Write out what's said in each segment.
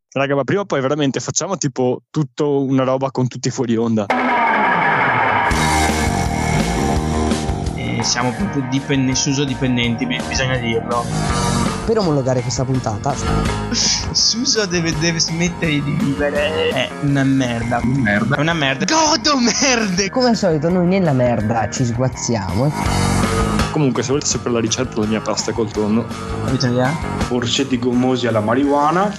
Raga, ma prima o poi veramente facciamo tipo tutto una roba con tutti fuori onda. Siamo proprio Suso dipendenti, bisogna dirlo. Per omologare questa puntata, Suso deve smettere di vivere. È una merda. È una merda. Godo merde! come al solito, noi nella merda ci sguazziamo. Comunque, se volete sapere la ricetta della mia pasta col tonno, Avete un'idea? Orsetti gommosi alla marijuana.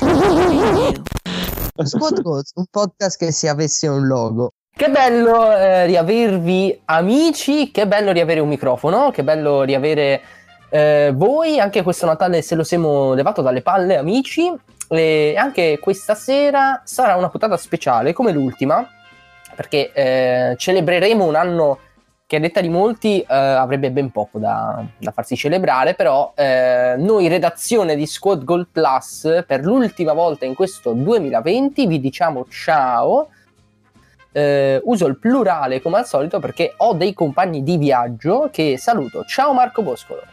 Squad Goals, un podcast che se avesse un logo. Che bello riavervi amici, che bello riavere un microfono, che bello riavere voi, anche questo Natale se lo siamo levato dalle palle amici, e anche questa sera sarà una puntata speciale come l'ultima, perché celebreremo un anno che a detta di molti avrebbe ben poco da farsi celebrare, però noi redazione di Squad Goal Plus per l'ultima volta in questo 2020 vi diciamo ciao. Uso il plurale come al solito perché ho dei compagni di viaggio che saluto. Ciao Marco Boscolo.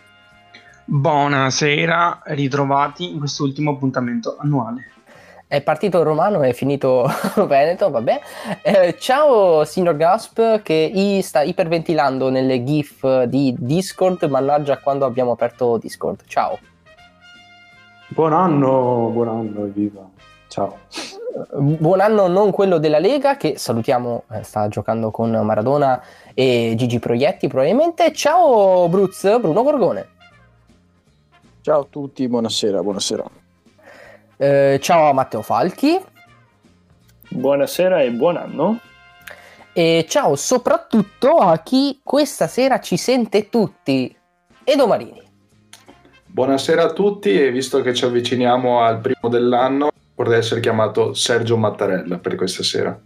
Buonasera, ritrovati in quest'ultimo appuntamento annuale. È partito il romano e è finito Veneto, vabbè. Ciao signor Gasp che sta iperventilando nelle gif di Discord, mannaggia quando abbiamo aperto Discord. Ciao. Buon anno, evviva. Ciao. Buon anno non quello della Lega che salutiamo, sta giocando con Maradona e Gigi Proietti probabilmente. Ciao Bruno Gorgone. Ciao a tutti, buonasera. Ciao a Matteo Falchi. Buonasera e buon anno. E ciao soprattutto a chi questa sera ci sente tutti, Edo Marini. Buonasera a tutti, e visto che ci avviciniamo al primo dell'anno, vorrei essere chiamato Sergio Mattarella per questa sera.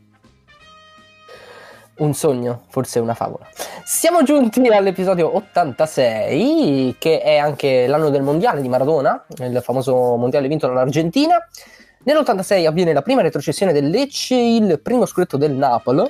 Un sogno, forse una favola. Siamo giunti all'episodio 86, che è anche l'anno del mondiale di Maradona, il famoso mondiale vinto dall'Argentina. Nell'86 avviene la prima retrocessione del Lecce, il primo scudetto del Napoli,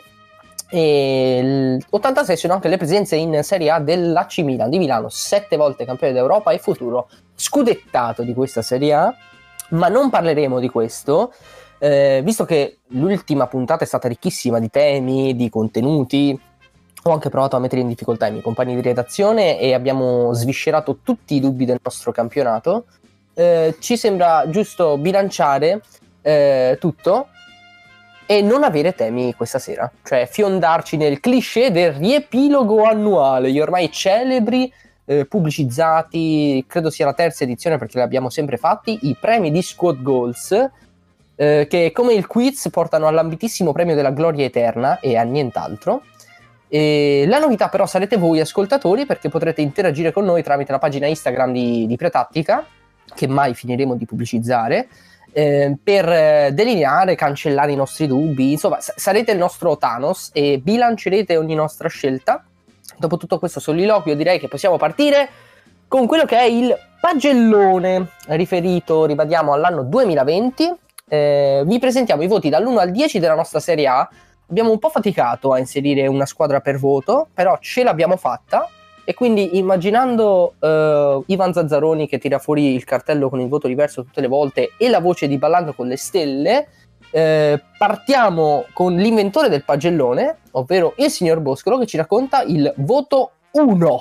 e l'86 sono anche le presenze in Serie A dell'AC Milan di Milano, 7 volte campione d'Europa e futuro scudettato di questa Serie A. Ma non parleremo di questo, visto che l'ultima puntata è stata ricchissima di temi, di contenuti. Ho anche provato a mettere in difficoltà i miei compagni di redazione e abbiamo sviscerato tutti i dubbi del nostro campionato. Ci sembra giusto bilanciare tutto e non avere temi questa sera, cioè fiondarci nel cliché del riepilogo annuale, gli ormai celebri, pubblicizzati, credo sia la terza edizione perché li abbiamo sempre fatti, i premi di Squad Goals, che come il quiz portano all'ambitissimo premio della gloria eterna e a nient'altro. E la novità però sarete voi ascoltatori, perché potrete interagire con noi tramite la pagina Instagram di Pretattica, che mai finiremo di pubblicizzare, per delineare, cancellare i nostri dubbi, insomma sarete il nostro Thanos e bilancerete ogni nostra scelta. Dopo tutto questo soliloquio direi che possiamo partire con quello che è il pagellone riferito, ribadiamo, all'anno 2020. Vi presentiamo i voti dall'1 al 10 della nostra Serie A. Abbiamo un po' faticato a inserire una squadra per voto, però ce l'abbiamo fatta, e quindi immaginando Ivan Zazzaroni che tira fuori il cartello con il voto diverso tutte le volte e la voce di Ballando con le stelle, partiamo con l'inventore del pagellone, ovvero il signor Boscolo, che ci racconta il voto 1.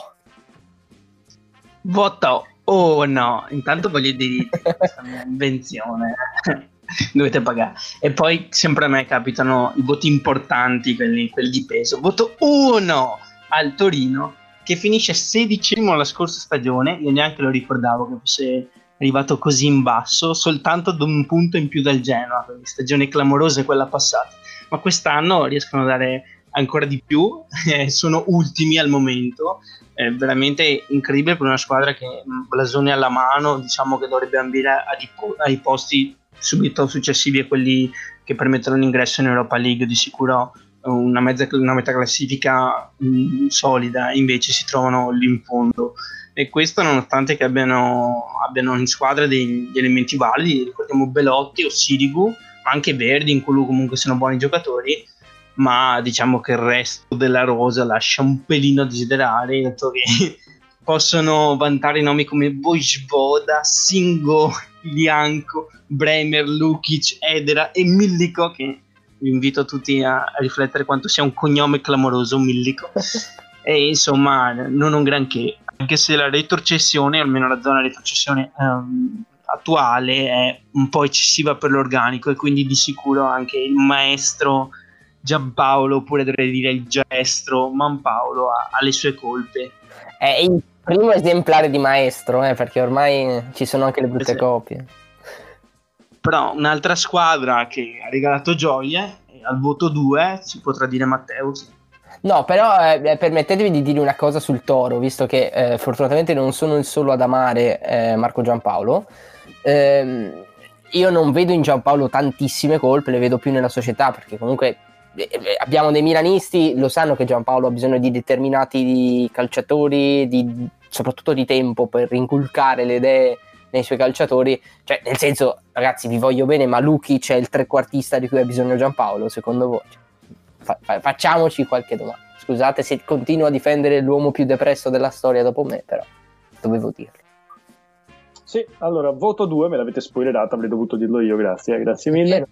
Voto 1. Intanto voglio dire questa mia invenzione. Dovete pagare. E poi sempre a me capitano i voti importanti, quelli di peso. Voto 1 al Torino, che finisce 16° la scorsa stagione. Io neanche lo ricordavo che fosse arrivato così in basso, soltanto ad un punto in più del Genoa, quindi stagione clamorosa quella passata, ma quest'anno riescono a dare ancora di più, sono ultimi al momento. È veramente incredibile per una squadra che blasone alla mano, diciamo che dovrebbe ambire ai posti subito successivi a quelli che permettono l'ingresso in Europa League, di sicuro una metà classifica solida, invece si trovano lì in fondo. E questo nonostante che abbiano in squadra degli elementi validi, ricordiamo Belotti o Sirigu, ma anche Verdi, in cui comunque sono buoni giocatori, ma diciamo che il resto della rosa lascia un pelino a desiderare, dato che possono vantare nomi come Vojvoda, Singo, Lianco, Bremer, Lukic, Edera e Millico, che vi invito tutti a riflettere quanto sia un cognome clamoroso, Millico. E insomma, non un granché, anche se la retrocessione, almeno la zona retrocessione attuale, è un po' eccessiva per l'organico, e quindi di sicuro anche il maestro Giampaolo, oppure dovrei dire il giestro Manpaolo, ha le sue colpe. È il primo esemplare di maestro, perché ormai ci sono anche le brutte Sì. copie. Però un'altra squadra che ha regalato gioie, al voto 2 si potrà dire Matteo. Sì. No, però permettetevi di dire una cosa sul Toro, visto che fortunatamente non sono il solo ad amare Marco Giampaolo. Io non vedo in Giampaolo tantissime colpe, le vedo più nella società, perché comunque abbiamo dei milanisti, lo sanno che Giampaolo ha bisogno di determinati calciatori, soprattutto di tempo per inculcare le idee nei suoi calciatori, cioè nel senso, ragazzi, vi voglio bene, ma Lukic è il trequartista di cui ha bisogno Giampaolo, secondo voi? Facciamoci qualche domanda. Scusate se continuo a difendere l'uomo più depresso della storia dopo me, però dovevo dirlo. Sì, allora, voto 2, me l'avete spoilerata, avrei dovuto dirlo io, grazie mille.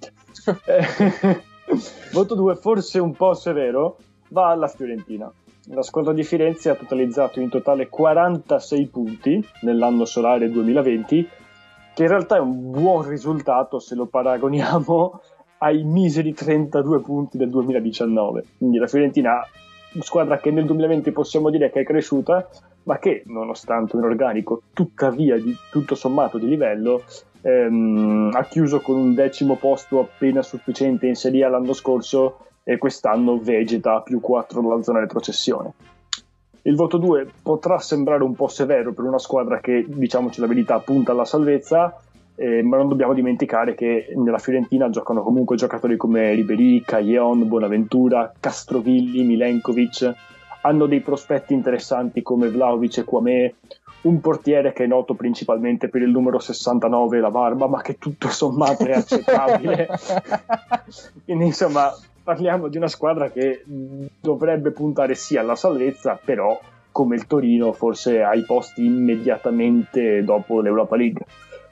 Voto 2, forse un po' severo, va alla Fiorentina. La squadra di Firenze ha totalizzato in totale 46 punti nell'anno solare 2020, che in realtà è un buon risultato se lo paragoniamo ai miseri 32 punti del 2019. Quindi la Fiorentina, squadra che nel 2020 possiamo dire che è cresciuta, ma che nonostante un organico tuttavia di tutto sommato di livello, ha chiuso con un 10° posto appena sufficiente in Serie A l'anno scorso, e quest'anno vegeta a +4 nella zona retrocessione. Il voto 2 potrà sembrare un po' severo per una squadra che, diciamoci la verità, punta alla salvezza, ma non dobbiamo dimenticare che nella Fiorentina giocano comunque giocatori come Ribéry, Callejon, Bonaventura, Castrovilli, Milenkovic, hanno dei prospetti interessanti come Vlahovic e Kwame, un portiere che è noto principalmente per il numero 69 e la barba, ma che tutto sommato è accettabile. Quindi insomma parliamo di una squadra che dovrebbe puntare sì alla salvezza, però come il Torino forse ai posti immediatamente dopo l'Europa League.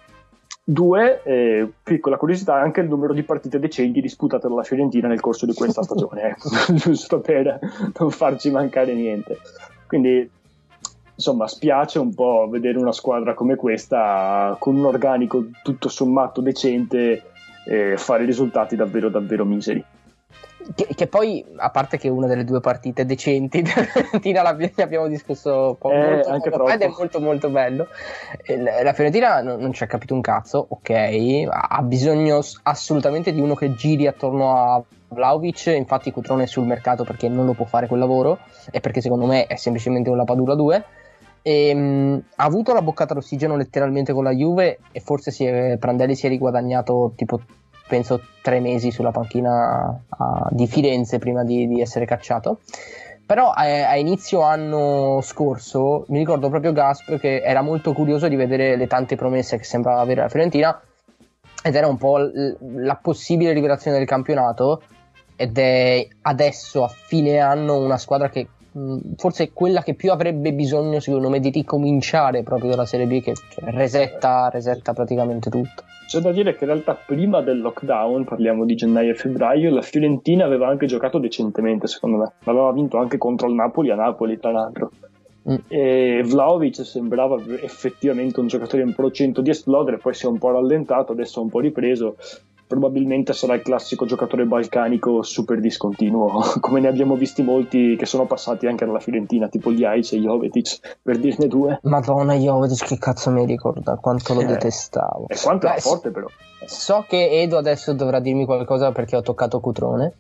2, piccola curiosità, anche il numero di partite decenti disputate dalla Fiorentina nel corso di questa stagione, giusto per non farci mancare niente. Quindi insomma spiace un po' vedere una squadra come questa con un organico tutto sommato decente fare risultati davvero davvero miseri. Che poi, a parte che una delle due partite decenti della Fiorentina ne abbiamo discusso molto anche poco fa, ed è molto molto bello. La Fiorentina non ci ha capito un cazzo, ok, ha bisogno assolutamente di uno che giri attorno a Vlahovic. Infatti Cutrone è sul mercato perché non lo può fare quel lavoro, e perché secondo me è semplicemente un Lapadula 2. Ha avuto la boccata d'ossigeno letteralmente con la Juve, e forse Prandelli si è riguadagnato tipo penso 3 mesi sulla panchina di Firenze prima di essere cacciato. Però a inizio anno scorso mi ricordo proprio Gasp che era molto curioso di vedere le tante promesse che sembrava avere la Fiorentina, ed era un po' la possibile rivelazione del campionato, ed è adesso a fine anno una squadra che forse è quella che più avrebbe bisogno secondo me di ricominciare proprio dalla Serie B, che resetta praticamente tutto. C'è da dire che in realtà prima del lockdown, parliamo di gennaio e febbraio, la Fiorentina aveva anche giocato decentemente, secondo me. Aveva vinto anche contro il Napoli a Napoli, tra l'altro. E Vlahovic sembrava effettivamente un giocatore in procento di esplodere, poi si è un po' rallentato, adesso è un po' ripreso. Probabilmente sarà il classico giocatore balcanico super discontinuo, come ne abbiamo visti molti che sono passati anche dalla Fiorentina, tipo Ljajic e Jovetic, per dirne 2. Madonna, Jovetic, che cazzo mi ricorda, quanto lo detestavo. E quanto era forte però. So che Edo adesso dovrà dirmi qualcosa perché ho toccato Cutrone.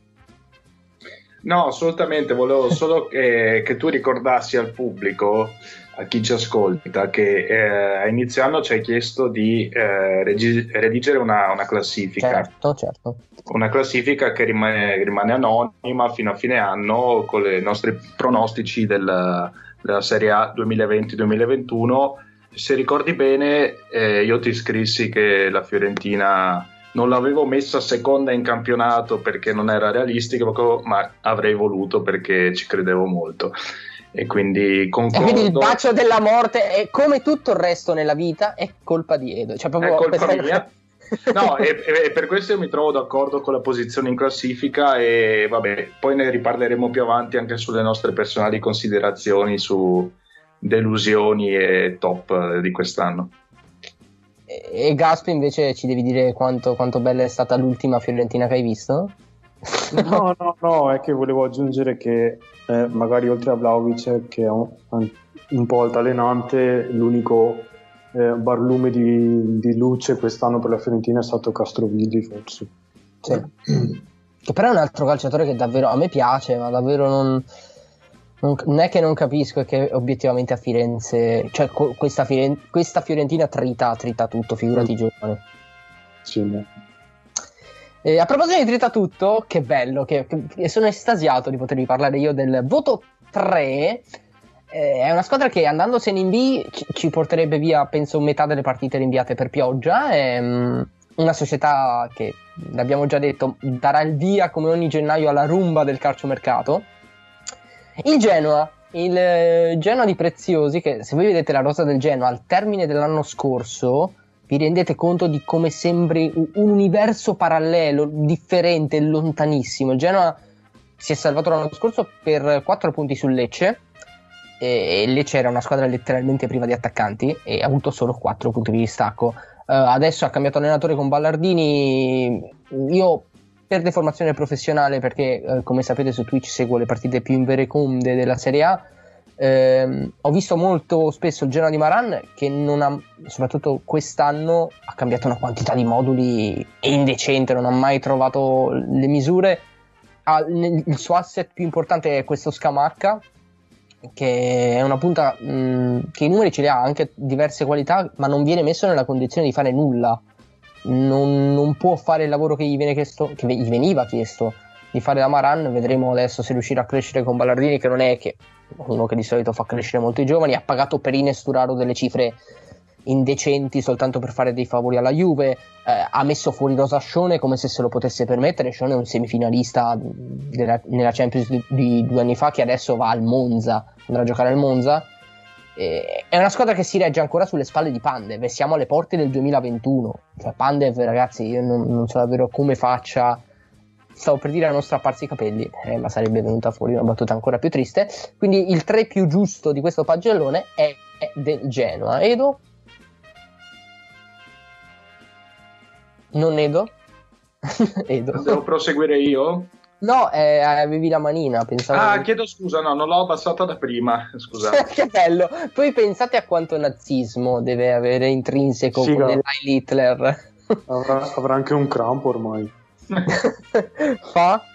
No, assolutamente, volevo solo che tu ricordassi al pubblico, a chi ci ascolta, che a inizio anno ci hai chiesto di redigere una classifica. Certo. Una classifica che rimane anonima fino a fine anno, con i nostri pronostici della Serie A 2020-2021. Se ricordi bene, io ti scrissi che la Fiorentina non l'avevo messa seconda in campionato perché non era realistico, ma avrei voluto perché ci credevo molto. e quindi E concordo. quindi il bacio della morte è come tutto il resto nella vita, è colpa di Edo. Cioè, proprio È colpa mia. No, e per questo io mi trovo d'accordo con la posizione in classifica e vabbè, poi ne riparleremo più avanti anche sulle nostre personali considerazioni su delusioni e top di quest'anno. E Gaspi invece ci devi dire quanto bella è stata l'ultima Fiorentina che hai visto? No, è che volevo aggiungere che magari oltre a Vlahovic, che è un po' altalenante, l'unico barlume di luce quest'anno per la Fiorentina è stato Castrovilli, forse. Sì. Che però è un altro calciatore che davvero a me piace, ma davvero non è che non capisco, è che obiettivamente a Firenze, cioè questa Fiorentina trita tutto, figurati giovane. Sì, no. A proposito di trita tutto, che bello, che sono estasiato di potervi parlare io del voto 3. È una squadra che andandosene in B ci porterebbe via, penso, metà delle partite rinviate per pioggia. È una società che, l'abbiamo già detto, darà il via come ogni gennaio alla rumba del calciomercato. Il Genoa di Preziosi, che se voi vedete la rosa del Genoa al termine dell'anno scorso, vi rendete conto di come sembri un universo parallelo, differente, lontanissimo. Il Genoa si è salvato l'anno scorso per 4 punti sul Lecce, e Lecce era una squadra letteralmente priva di attaccanti e ha avuto solo 4 punti di distacco. Adesso ha cambiato allenatore con Ballardini. Io, per deformazione professionale, perché come sapete su Twitch seguo le partite più invereconde della Serie A, ho visto molto spesso il Genoa di Maran, che non ha, soprattutto quest'anno, ha cambiato una quantità di moduli indecente, non ha mai trovato le misure. Il suo asset più importante è questo Scamacca, che è una punta che i numeri ce li ha, anche diverse qualità, ma non viene messo nella condizione di fare nulla. Non può fare il lavoro che gli veniva chiesto di fare da Maran. Vedremo adesso se riuscirà a crescere con Ballardini, che non è che uno che di solito fa crescere molto i giovani. Ha pagato per Inesturaro delle cifre indecenti soltanto per fare dei favori alla Juve. Ha messo fuori Rosa Scione come se se lo potesse permettere. Scione è un semifinalista nella Champions di 2 anni fa, che adesso va al Monza, andrà a giocare al Monza. È una squadra che si regge ancora sulle spalle di Pandev, e siamo alle porte del 2021. Cioè Pandev, ragazzi, io non so davvero come faccia. Stavo per dire a non strapparsi i capelli, ma sarebbe venuta fuori una battuta ancora più triste. Quindi il 3 più giusto di questo pagellone è del Genoa. Edo? Non Edo? Edo. Devo proseguire io? No, avevi la manina, pensavo. Chiedo scusa, no, non l'ho abbassata da prima, scusate. Che bello. Poi pensate a quanto nazismo deve avere intrinseco Sì, con l'Heil Hitler. Avrà anche un crampo ormai. Fa?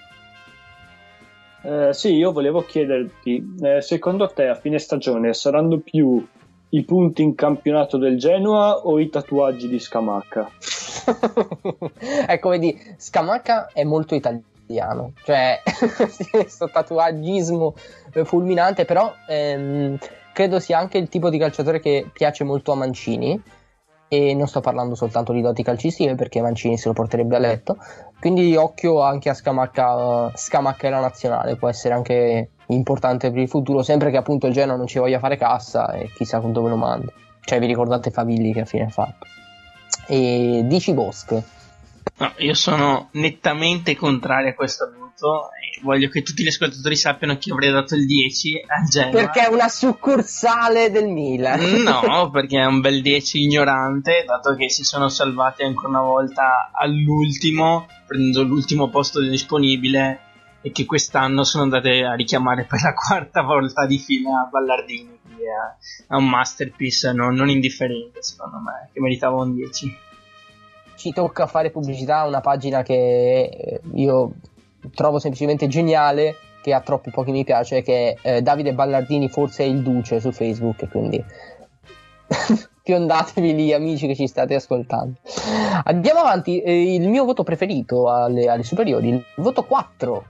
Sì, io volevo chiederti, secondo te a fine stagione saranno più i punti in campionato del Genoa o i tatuaggi di Scamacca? Ecco, vedi, Scamacca è molto italiano, cioè questo tatuaggismo fulminante, però credo sia anche il tipo di calciatore che piace molto a Mancini, e non sto parlando soltanto di doti calcistiche, perché Mancini se lo porterebbe a letto. Quindi occhio anche a Scamacca. Scamacca è la nazionale, può essere anche importante per il futuro, sempre che appunto il Genoa non ci voglia fare cassa, e chissà con dove lo manda. Cioè, vi ricordate Favilli che fine ha fatto? E dici Bosch? No, io sono nettamente contrario a questo voto e voglio che tutti gli ascoltatori sappiano che avrei dato il 10 al Genoa. Perché è una succursale del Milan. No, perché è un bel 10 ignorante, dato che si sono salvati ancora una volta all'ultimo, prendendo l'ultimo posto disponibile, e che quest'anno sono andate a richiamare per la 4ª volta di fila Ballardini. Quindi è un masterpiece non indifferente, secondo me, che meritava un 10. Ci tocca fare pubblicità a una pagina che io trovo semplicemente geniale, che ha troppi pochi mi piace, che è Davide Ballardini forse è il Duce su Facebook, quindi fiondatevi lì, amici che ci state ascoltando. Andiamo avanti. Il mio voto preferito alle superiori, il voto 4.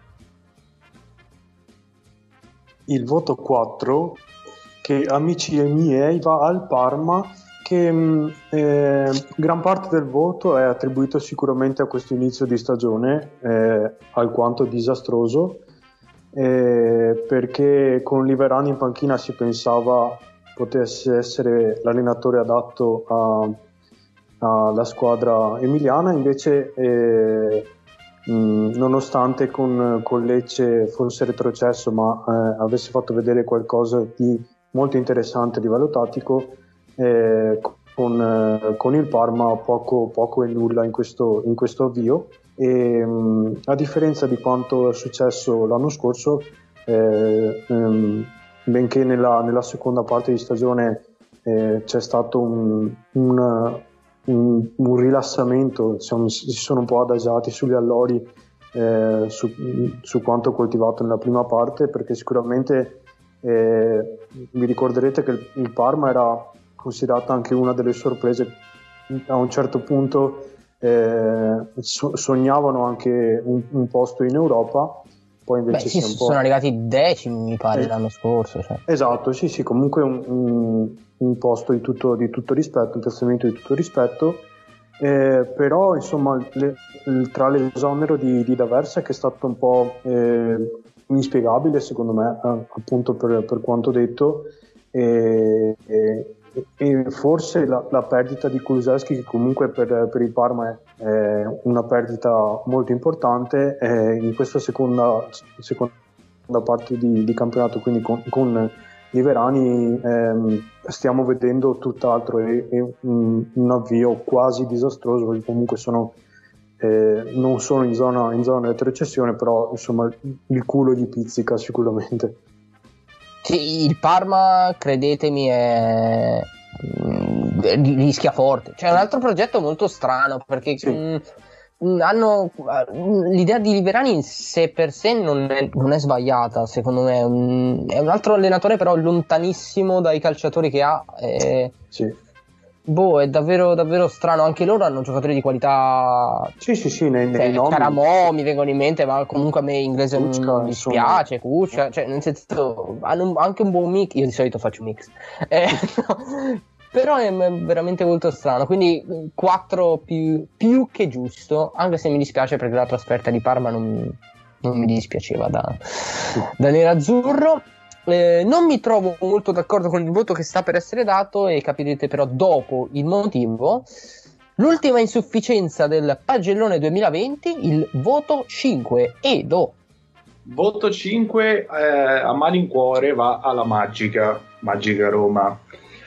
Il voto 4, che amici miei va al Parma, che gran parte del voto è attribuito sicuramente a questo inizio di stagione alquanto disastroso, perché con Liverani in panchina si pensava potesse essere l'allenatore adatto alla squadra emiliana, invece nonostante con Lecce fosse retrocesso ma avesse fatto vedere qualcosa di molto interessante a livello tattico, con il Parma poco e nulla in questo avvio, e a differenza di quanto è successo l'anno scorso, benché nella seconda parte di stagione c'è stato un rilassamento, si sono un po' adagiati sugli allori su quanto coltivato nella prima parte, perché sicuramente vi ricorderete che il Parma era considerata anche una delle sorprese. A un certo punto sognavano anche un posto in Europa, poi invece sì, sono arrivati decimi mi pare l'anno scorso, cioè. Esatto, sì, comunque un posto di tutto rispetto, un piazzamento di tutto rispetto, però insomma tra l'esonero di D'Aversa, che è stato un po' inspiegabile secondo me, appunto per quanto detto, e forse la perdita di Kulusevski, che comunque per il Parma è una perdita molto importante, in questa seconda parte di campionato, quindi con Liverani stiamo vedendo tutt'altro, e un avvio quasi disastroso, perché comunque non sono in zona di retrocessione, però insomma il culo gli pizzica sicuramente. Sì, il Parma, credetemi, rischia forte. C'è un altro progetto molto strano, perché sì, hanno l'idea di Liverani in sé per sé non è sbagliata, secondo me. È un altro allenatore, però lontanissimo dai calciatori che ha. Sì. È davvero strano. Anche loro hanno giocatori di qualità. Sì, nei nomi. Caramò mi vengono in mente, ma comunque a me inglese Kuczka, non mi dispiace. Kuczka, cioè nel senso hanno anche un buon mix. Io di solito faccio mix, però è veramente molto strano. Quindi 4 più che giusto, anche se mi dispiace perché la trasferta di Parma non mi dispiaceva da nerazzurro. Non mi trovo molto d'accordo con il voto che sta per essere dato, e capirete però dopo il motivo. L'ultima insufficienza del pagellone 2020, il voto 5. Edo. Voto 5 a malincuore va alla Magica Roma.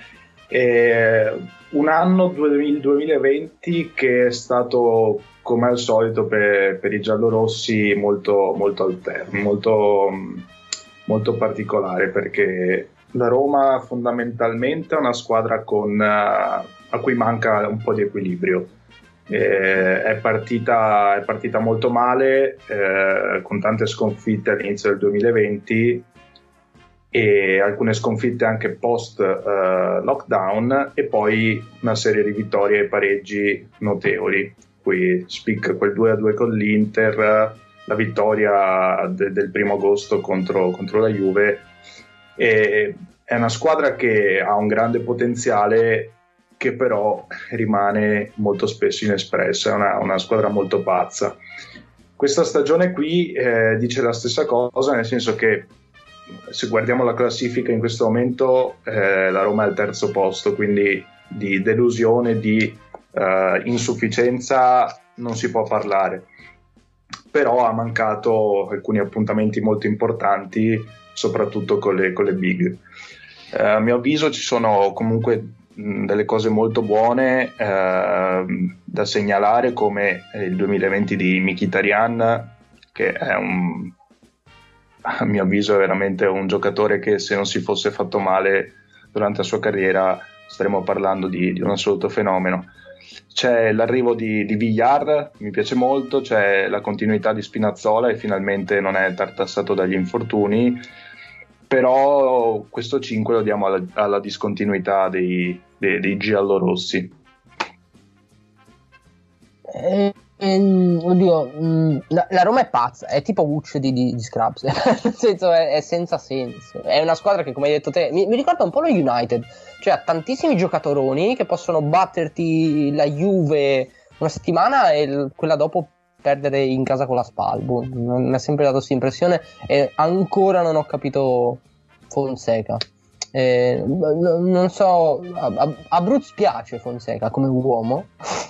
Un anno, il 2020, che è stato, come al solito per i giallorossi, molto alterno, molto particolare, perché la Roma fondamentalmente è una squadra a cui manca un po' di equilibrio. È partita molto male, con tante sconfitte all'inizio del 2020 e alcune sconfitte anche post lockdown, e poi una serie di vittorie e pareggi notevoli. Qui spicca quel 2-2 con l'Inter, la vittoria del 1 agosto contro la Juve. È una squadra che ha un grande potenziale, che però rimane molto spesso inespressa. È una squadra molto pazza. Questa stagione qui dice la stessa cosa, nel senso che se guardiamo la classifica in questo momento, la Roma è al terzo posto, quindi di delusione, di insufficienza non si può parlare. Però ha mancato alcuni appuntamenti molto importanti, soprattutto con le big. A mio avviso ci sono comunque delle cose molto buone da segnalare, come il 2020 di Mkhitaryan, che è a mio avviso è veramente un giocatore che, se non si fosse fatto male durante la sua carriera, staremmo parlando di un assoluto fenomeno. C'è l'arrivo di Villar, mi piace molto, c'è la continuità di Spinazzola, e finalmente non è tartassato dagli infortuni, però questo 5 lo diamo alla discontinuità dei giallorossi. La Roma è pazza, è tipo Ucc di Scrubs, nel senso è senza senso. È una squadra che, come hai detto te, mi ricorda un po' lo United, cioè ha tantissimi giocatoroni che possono batterti la Juve una settimana e quella dopo perdere in casa con la Spal. Mi ha sempre dato questa impressione e ancora non ho capito Fonseca. Non so, a Bruz piace Fonseca come uomo.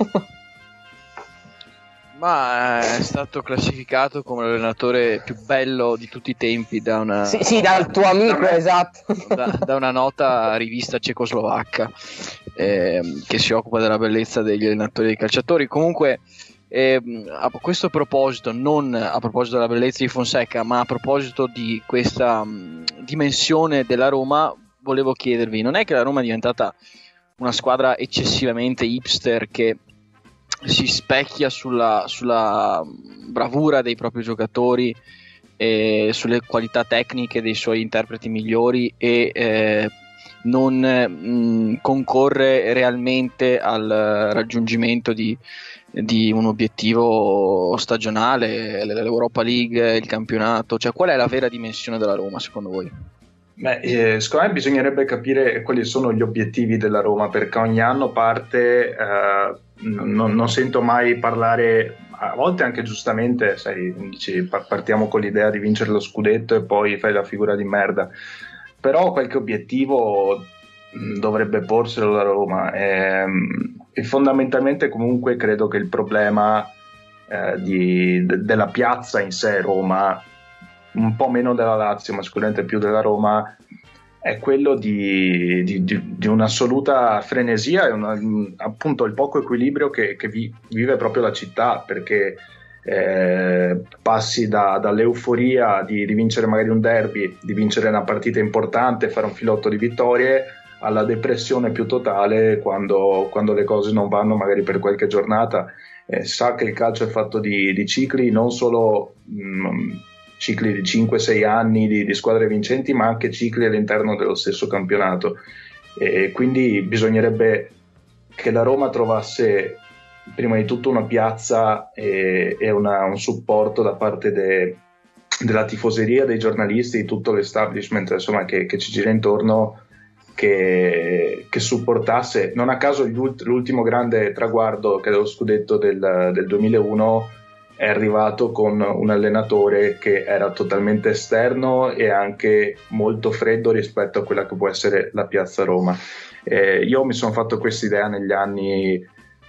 Ma è stato classificato come l'allenatore più bello di tutti i tempi da una sì, dal tuo amico, esatto, da una nota rivista cecoslovacca che si occupa della bellezza degli allenatori dei calciatori. Comunque a questo proposito, non a proposito della bellezza di Fonseca, ma a proposito di questa dimensione della Roma, volevo chiedervi, non è che la Roma è diventata una squadra eccessivamente hipster che si specchia sulla bravura dei propri giocatori e sulle qualità tecniche dei suoi interpreti migliori e non concorre realmente al raggiungimento di un obiettivo stagionale, l'Europa League, il campionato? Cioè, qual è la vera dimensione della Roma secondo voi? Secondo me bisognerebbe capire quali sono gli obiettivi della Roma, perché ogni anno parte, non sento mai parlare, a volte anche giustamente, sai, dici, partiamo con l'idea di vincere lo scudetto e poi fai la figura di merda, però qualche obiettivo dovrebbe porselo la Roma, e fondamentalmente comunque credo che il problema della piazza in sé, Roma, un po' meno della Lazio ma sicuramente più della Roma, è quello di un'assoluta frenesia e appunto il poco equilibrio che vive proprio la città, perché passi dall'euforia di vincere magari un derby, di vincere una partita importante, fare un filotto di vittorie, alla depressione più totale quando le cose non vanno magari per qualche giornata. Sa che il calcio è fatto di cicli, non solo cicli di 5-6 anni di squadre vincenti, ma anche cicli all'interno dello stesso campionato, e quindi bisognerebbe che la Roma trovasse prima di tutto una piazza e un supporto da parte della tifoseria, dei giornalisti, di tutto l'establishment, insomma, che ci gira intorno, che supportasse. Non a caso l'ultimo grande traguardo, che è lo scudetto del 2001, è arrivato con un allenatore che era totalmente esterno e anche molto freddo rispetto a quella che può essere la piazza Roma. Io mi sono fatto questa idea negli anni,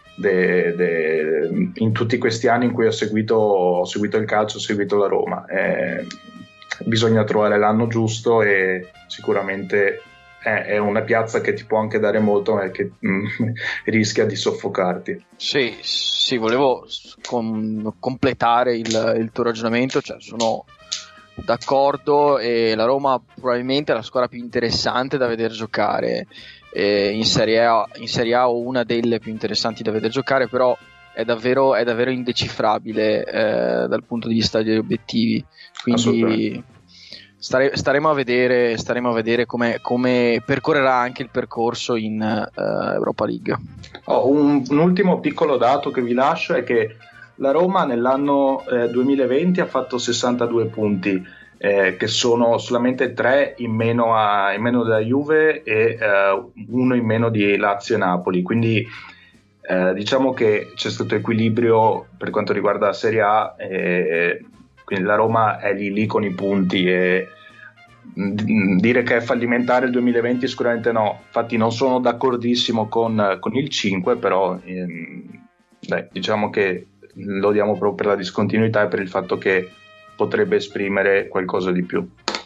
in tutti questi anni in cui ho seguito il calcio, ho seguito la Roma. Bisogna trovare l'anno giusto e sicuramente è una piazza che ti può anche dare molto, ma che rischia di soffocarti. Sì, volevo completare il tuo ragionamento, cioè sono d'accordo, e la Roma probabilmente è la squadra più interessante da vedere giocare in Serie A o una delle più interessanti da vedere giocare, però è davvero indecifrabile dal punto di vista degli obiettivi, quindi staremo a vedere come percorrerà anche il percorso in Europa League. Un ultimo piccolo dato che vi lascio è che la Roma nell'anno 2020 ha fatto 62 punti, che sono solamente 3 in meno della Juve e 1 in meno di Lazio e Napoli, quindi diciamo che c'è stato equilibrio per quanto riguarda la Serie A, quindi la Roma è lì con i punti, e dire che è fallimentare il 2020 sicuramente no. Infatti non sono d'accordissimo con il 5, però diciamo che lo diamo proprio per la discontinuità e per il fatto che potrebbe esprimere qualcosa di più.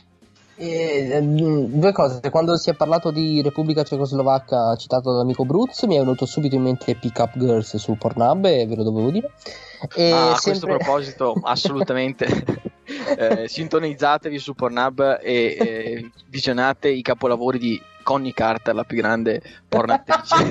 Due cose: quando si è parlato di Repubblica Cecoslovacca citato dall'amico Bruz, mi è venuto subito in mente Pick Up Girls su Pornhub, e ve lo dovevo dire. A questo proposito, assolutamente sintonizzatevi su Pornhub e visionate i capolavori di Connie Carter, la più grande pornatrice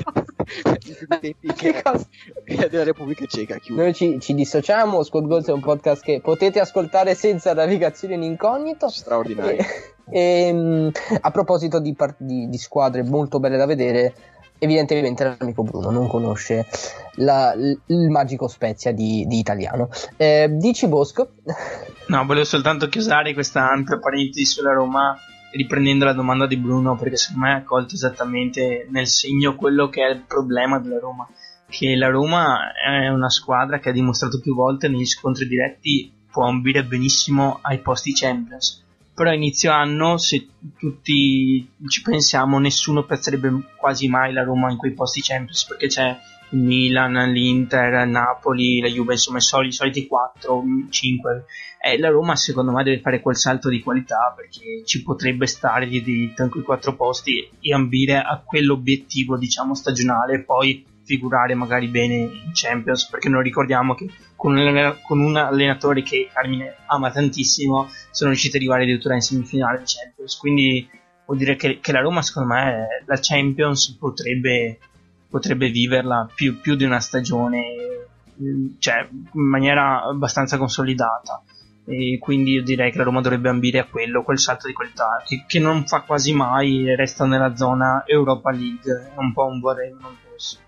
della Repubblica Ceca. Noi ci dissociamo. Squad Goals è un podcast che potete ascoltare senza navigazione in incognito. Straordinario. A proposito di squadre molto belle da vedere, evidentemente l'amico Bruno non conosce il magico Spezia di italiano. Dici, Bosco? No, volevo soltanto chiusare questa ampia parentesi sulla Roma, riprendendo la domanda di Bruno, perché secondo me ha colto esattamente nel segno quello che è il problema della Roma. che la Roma è una squadra che ha dimostrato più volte negli scontri diretti può ambire benissimo ai posti Champions, però a inizio anno, se tutti ci pensiamo, nessuno piazzerebbe quasi mai la Roma in quei posti Champions, perché c'è il Milan, l'Inter, il Napoli, la Juve, insomma i soliti 4, 5, e la Roma secondo me deve fare quel salto di qualità, perché ci potrebbe stare di diritto in quei 4 posti e ambire a quell'obiettivo, diciamo, stagionale, e poi figurare magari bene in Champions, perché non ricordiamo che con un allenatore che Carmine ama tantissimo sono riusciti ad arrivare addirittura in semifinale di Champions, quindi vuol dire che la Roma secondo me la Champions potrebbe viverla più di una stagione, cioè in maniera abbastanza consolidata, e quindi io direi che la Roma dovrebbe ambire a quel salto di qualità che non fa quasi mai, resta nella zona Europa League, è un po' un vorrei non posso.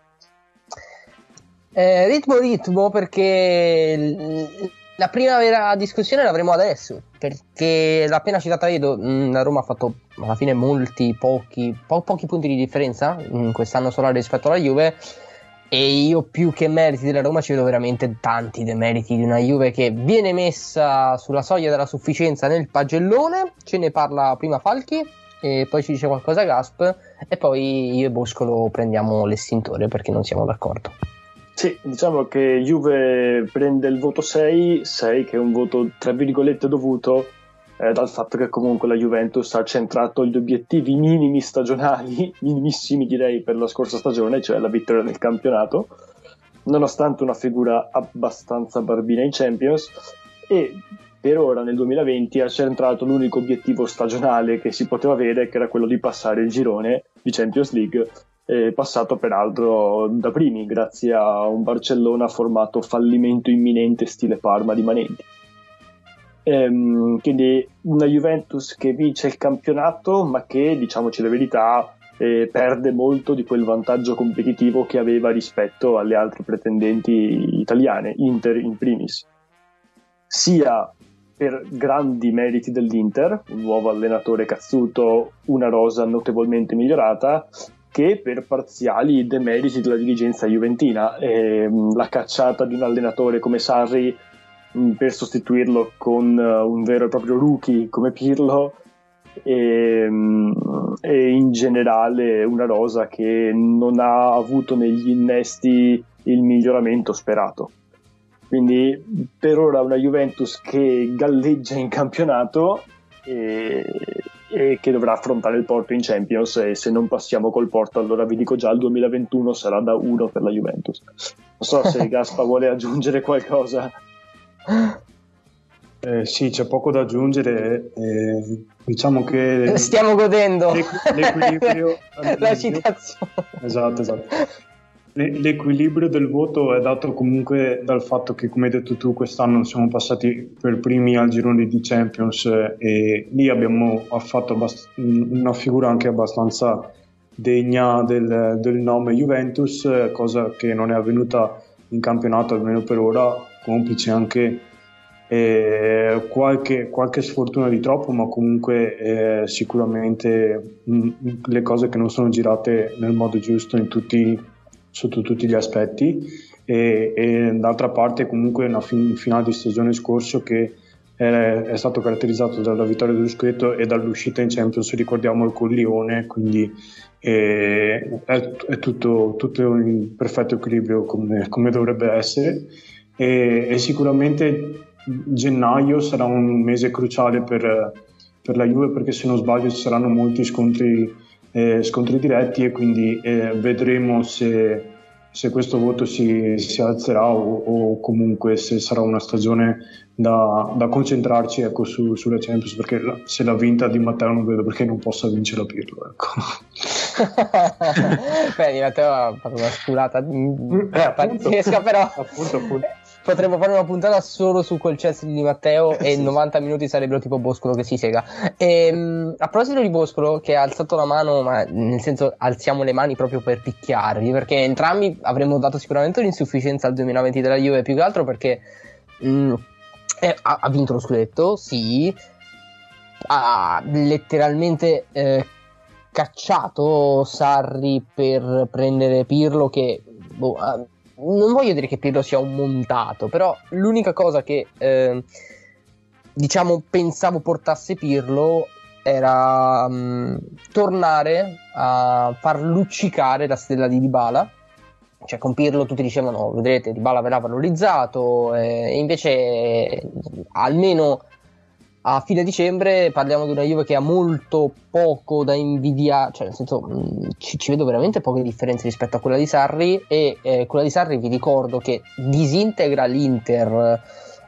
Ritmo, perché la prima vera discussione l'avremo adesso, perché l'ha appena citata Edo, la Roma ha fatto alla fine pochi punti di differenza in quest'anno solare rispetto alla Juve, e io più che meriti della Roma ci vedo veramente tanti demeriti di una Juve che viene messa sulla soglia della sufficienza nel pagellone. Ce ne parla prima Falchi e poi ci dice qualcosa Gasp, e poi io e Boscolo prendiamo l'estintore perché non siamo d'accordo. Sì, diciamo che Juve prende il voto 6, che è un voto tra virgolette dovuto dal fatto che comunque la Juventus ha centrato gli obiettivi minimi stagionali, minimissimi direi per la scorsa stagione, cioè la vittoria nel campionato, nonostante una figura abbastanza barbina in Champions, e per ora nel 2020 ha centrato l'unico obiettivo stagionale che si poteva avere, che era quello di passare il girone di Champions League, passato peraltro da primi grazie a un Barcellona formato fallimento imminente stile Parma di Manenti. Quindi una Juventus che vince il campionato, ma che, diciamoci la verità, perde molto di quel vantaggio competitivo che aveva rispetto alle altre pretendenti italiane, Inter in primis, sia per grandi meriti dell'Inter, un nuovo allenatore cazzuto, una rosa notevolmente migliorata, che per parziali demeriti della dirigenza juventina, la cacciata di un allenatore come Sarri per sostituirlo con un vero e proprio rookie come Pirlo, e in generale una rosa che non ha avuto negli innesti il miglioramento sperato. Quindi per ora una Juventus che galleggia in campionato e che dovrà affrontare il Porto in Champions, e se non passiamo col Porto allora vi dico già il 2021 sarà da 1 per la Juventus. Non so se Gaspa vuole aggiungere qualcosa. Sì, c'è poco da aggiungere, diciamo che stiamo godendo l'equilibrio la citazione. Esatto. L'equilibrio del voto è dato comunque dal fatto che, come hai detto tu, quest'anno siamo passati per primi al girone di Champions, e lì abbiamo fatto una figura anche abbastanza degna del nome Juventus, cosa che non è avvenuta in campionato, almeno per ora, complice anche qualche sfortuna di troppo, ma comunque sicuramente le cose che non sono girate nel modo giusto sotto tutti gli aspetti, e d'altra parte comunque una finale di stagione scorso che è stato caratterizzato dalla vittoria dello scudetto e dall'uscita in Champions, ricordiamolo, con Lione, quindi è tutto in perfetto equilibrio come dovrebbe essere, e sicuramente gennaio sarà un mese cruciale per la Juve, perché se non sbaglio ci saranno molti scontri diretti, e quindi vedremo se questo voto si alzerà o comunque se sarà una stagione da concentrarci, ecco, sulla Champions, perché se l'ha vinta Di Matteo non vedo perché non possa vincere la Pirlo, ecco. Beh, Di Matteo ha fatto una sculata pazzesca, però appunto. Potremmo fare una puntata solo su quel Chelsea di Di Matteo e 90 minuti sarebbero tipo Boscolo che si sega. A proposito di Boscolo, che ha alzato la mano, ma nel senso alziamo le mani proprio per picchiarvi, perché entrambi avremmo dato sicuramente un'insufficienza al 2020 della Juve, più che altro perché ha vinto lo scudetto, sì, ha letteralmente cacciato Sarri per prendere Pirlo, che non voglio dire che Pirlo sia un montato, però l'unica cosa che diciamo pensavo portasse Pirlo era tornare a far luccicare la stella di Dybala. Cioè con Pirlo tutti dicevano vedrete Dybala verrà valorizzato, e invece almeno a fine dicembre parliamo di una Juve che ha molto poco da invidiare, cioè nel senso ci vedo veramente poche differenze rispetto a quella di Sarri, e quella di Sarri vi ricordo che disintegra l'Inter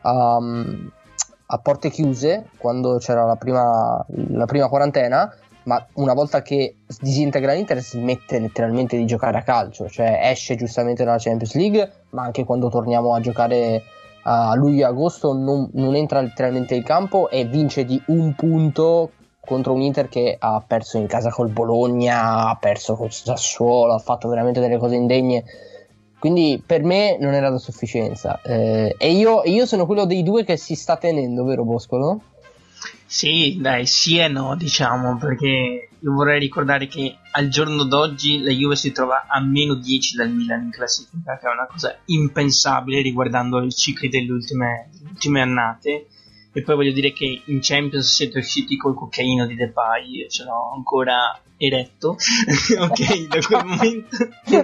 a porte chiuse quando c'era la prima quarantena, ma una volta che disintegra l'Inter smette letteralmente di giocare a calcio, cioè esce giustamente dalla Champions League, ma anche quando torniamo a giocare a luglio-agosto non entra letteralmente in campo e vince di 1 punto contro un Inter che ha perso in casa col Bologna, ha perso col Sassuolo, ha fatto veramente delle cose indegne, quindi per me non era da sufficienza, e io sono quello dei due che si sta tenendo, vero Boscolo? Sì, dai, sì e no, diciamo, perché io vorrei ricordare che al giorno d'oggi la Juve si trova a meno 10 dal Milan in classifica, che è una cosa impensabile riguardando i cicli delle ultime annate. E poi voglio dire che in Champions siete usciti col cocaino di Depay, ce l'ho ancora eretto, ok, da quel momento.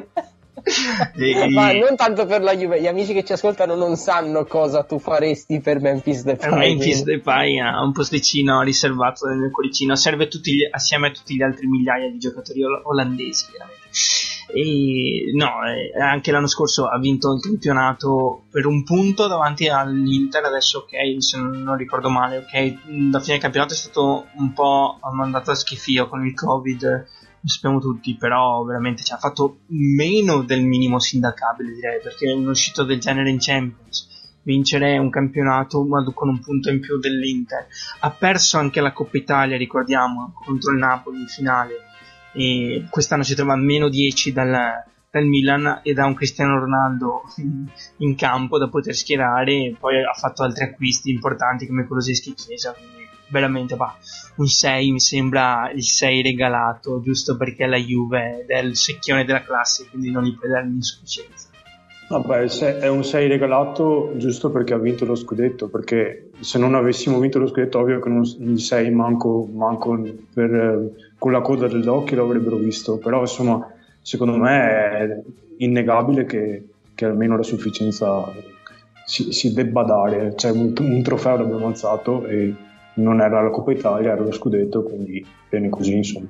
Ma non tanto per la Juve, gli amici che ci ascoltano non sanno cosa tu faresti per Memphis Depay. Memphis Depay ha un posticino riservato nel mio cuoricino, serve assieme a tutti gli altri migliaia di giocatori olandesi, veramente. E no, anche l'anno scorso ha vinto il campionato per 1 punto davanti all'Inter. Adesso ok, se non ricordo male, ok, da fine campionato è stato un po' mandato a schifio con il Covid, lo sappiamo tutti, però veramente ci ha fatto meno del minimo sindacabile, direi, perché un'uscita del genere in Champions, vincere un campionato ma con 1 punto in più dell'Inter, ha perso anche la Coppa Italia, ricordiamo, contro il Napoli in finale, e quest'anno si trova a meno 10 dal Milan ed ha un Cristiano Ronaldo in campo da poter schierare, e poi ha fatto altri acquisti importanti come Kulusevski e Chiesa, quindi veramente un 6 mi sembra il 6 regalato, giusto perché la Juve è il secchione della classe, quindi non gli puoi dare l'insufficienza. Vabbè, è un 6 regalato giusto perché ha vinto lo scudetto, perché se non avessimo vinto lo scudetto ovvio che il 6 manco con la coda dell'occhio lo avrebbero visto, però insomma secondo me è innegabile che almeno la sufficienza si debba dare, cioè un trofeo l'abbiamo alzato e non era la Coppa Italia, era lo scudetto, quindi bene così insomma.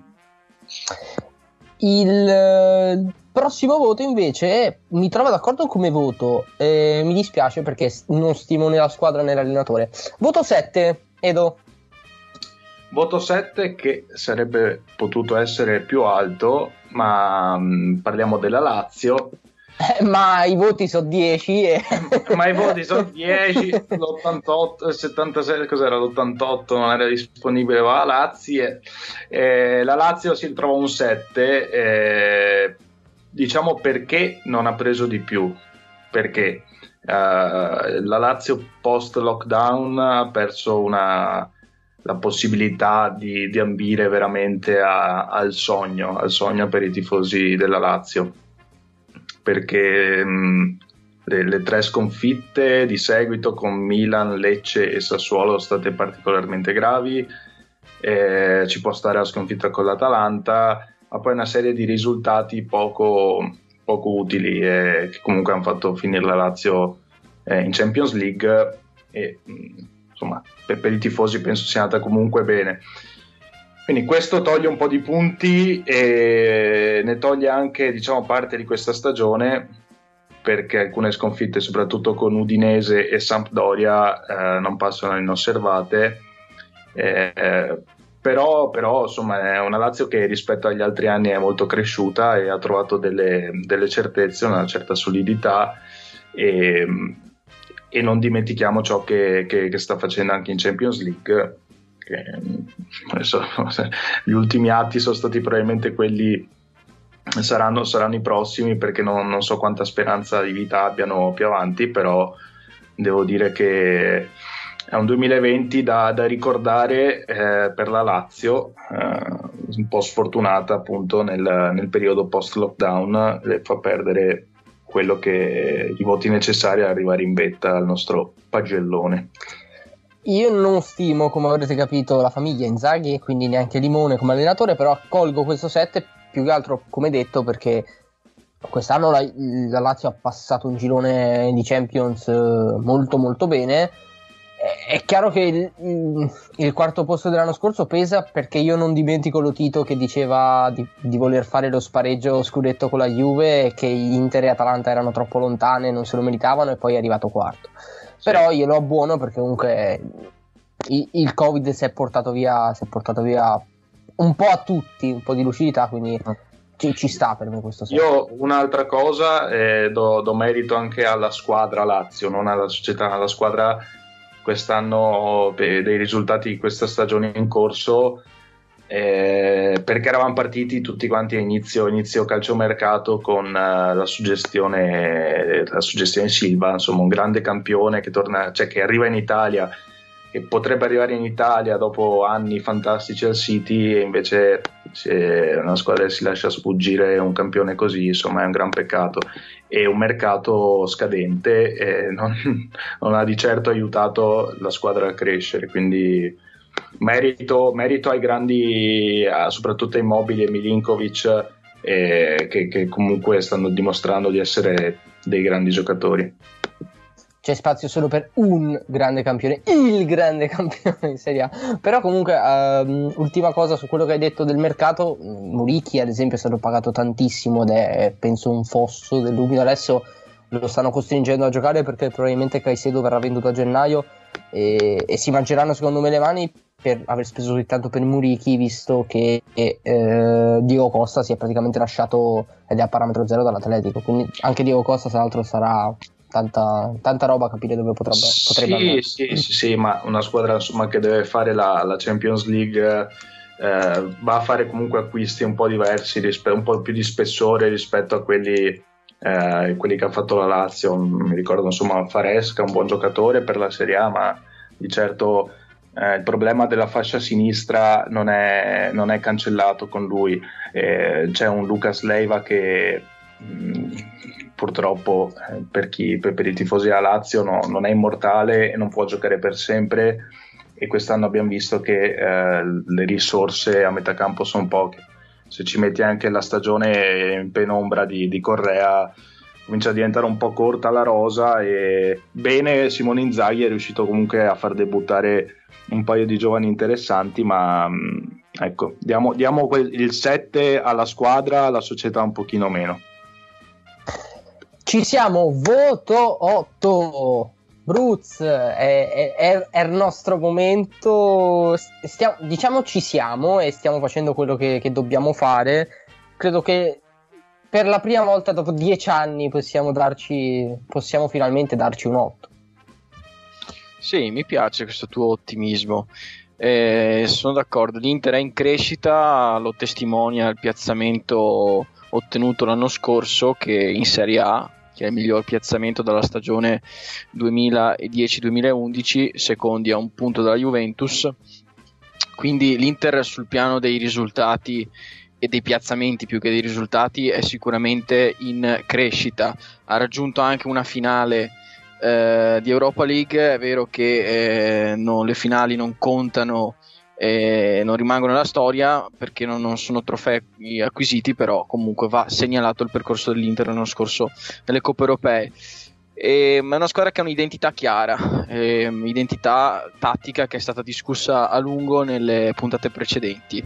Il prossimo voto invece mi trovo d'accordo come voto, mi dispiace perché non stimo né la squadra né l'allenatore. Voto 7, Edo. Voto 7 che sarebbe potuto essere più alto, ma parliamo della Lazio. Ma i voti sono 10 ma i voti sono 10, l'88, il 76, cos'era l'88 non era disponibile, la Lazio, la Lazio si trova un 7, diciamo perché non ha preso di più, perché la Lazio post lockdown ha perso la possibilità di ambire veramente al sogno per i tifosi della Lazio, perché le 3 sconfitte di seguito con Milan, Lecce e Sassuolo sono state particolarmente gravi, ci può stare la sconfitta con l'Atalanta, ma poi una serie di risultati poco utili, che comunque hanno fatto finire la Lazio in Champions League, e insomma per i tifosi penso sia andata comunque bene. Quindi questo toglie un po' di punti e ne toglie anche, diciamo, parte di questa stagione, perché alcune sconfitte, soprattutto con Udinese e Sampdoria, non passano inosservate. Però insomma è una Lazio che rispetto agli altri anni è molto cresciuta e ha trovato delle certezze, una certa solidità, e non dimentichiamo ciò che sta facendo anche in Champions League. Che adesso, gli ultimi atti sono stati probabilmente quelli, saranno i prossimi, perché non so quanta speranza di vita abbiano più avanti, però devo dire che è un 2020 da ricordare per la Lazio, un po' sfortunata appunto nel periodo post lockdown, le fa perdere i voti necessari ad arrivare in vetta al nostro pagellone. Io non stimo, come avrete capito, la famiglia Inzaghi e quindi neanche Limone come allenatore, però accolgo questo 7 più che altro, come detto, perché quest'anno la Lazio ha passato un girone di Champions molto molto bene. È chiaro che il quarto posto dell'anno scorso pesa, perché io non dimentico Lotito che diceva di voler fare lo spareggio scudetto con la Juve e che Inter e Atalanta erano troppo lontane, non se lo meritavano, e poi è arrivato quarto. Sì. Però io lo abbuono perché comunque il Covid si è portato via un po' a tutti, un po' di lucidità, quindi ci sta per me questo senso. Io un'altra cosa, do merito anche alla squadra Lazio, non alla società, alla squadra quest'anno, dei risultati di questa stagione in corso, perché eravamo partiti tutti quanti a inizio calciomercato con la suggestione Silva, insomma un grande campione che torna, cioè che arriva in Italia, che potrebbe arrivare in Italia dopo anni fantastici al City, e invece se una squadra si lascia sfuggire un campione così, insomma è un gran peccato. E un mercato scadente non ha di certo aiutato la squadra a crescere, quindi merito ai grandi, soprattutto ai Immobile e Milinkovic, che comunque stanno dimostrando di essere dei grandi giocatori. C'è spazio solo per un grande campione, il grande campione in Serie A. Però comunque, ultima cosa su quello che hai detto del mercato, Muriqi ad esempio è stato pagato tantissimo ed è penso un fosso dell'umido. Adesso lo stanno costringendo a giocare perché probabilmente Caicedo verrà venduto a gennaio, e si mangeranno secondo me le mani per aver speso così tanto per Muriqi, visto che Diego Costa si è praticamente lasciato ed è a parametro zero dall'Atletico. Quindi anche Diego Costa tra l'altro sarà tanta roba a capire dove potrebbe andare. Sì, ma una squadra insomma che deve fare la Champions League va a fare comunque acquisti un po' diversi, un po' più di spessore rispetto a quelli che ha fatto la Lazio. Mi ricordo insomma Faresca, un buon giocatore per la Serie A, ma di certo il problema della fascia sinistra non è cancellato con lui. C'è un Lucas Leiva che purtroppo per i tifosi della Lazio non è immortale e non può giocare per sempre, e quest'anno abbiamo visto che le risorse a metà campo sono poche. Se ci metti anche la stagione in penombra di Correa, comincia a diventare un po' corta la rosa, e bene Simone Inzaghi è riuscito comunque a far debuttare un paio di giovani interessanti, ma ecco, diamo il 7 alla squadra, alla società un pochino meno. Ci siamo, voto 8. Bruz, è il nostro momento. Ci siamo e stiamo facendo quello che dobbiamo fare. Credo che per la prima volta dopo 10 anni possiamo finalmente darci un 8. Sì, mi piace questo tuo ottimismo. Sono d'accordo, l'Inter è in crescita, lo testimonia il piazzamento ottenuto l'anno scorso, che in Serie A, che è il miglior piazzamento dalla stagione 2010-2011, secondi a un punto dalla Juventus. Quindi l'Inter sul piano dei risultati e dei piazzamenti più che dei risultati è sicuramente in crescita. Ha raggiunto anche una finale di Europa League. È vero che le finali non contano, non rimangono nella storia perché non sono trofei acquisiti, però comunque va segnalato il percorso dell'Inter l'anno scorso nelle coppe europee. Ma è una squadra che ha un'identità chiara, identità tattica che è stata discussa a lungo nelle puntate precedenti.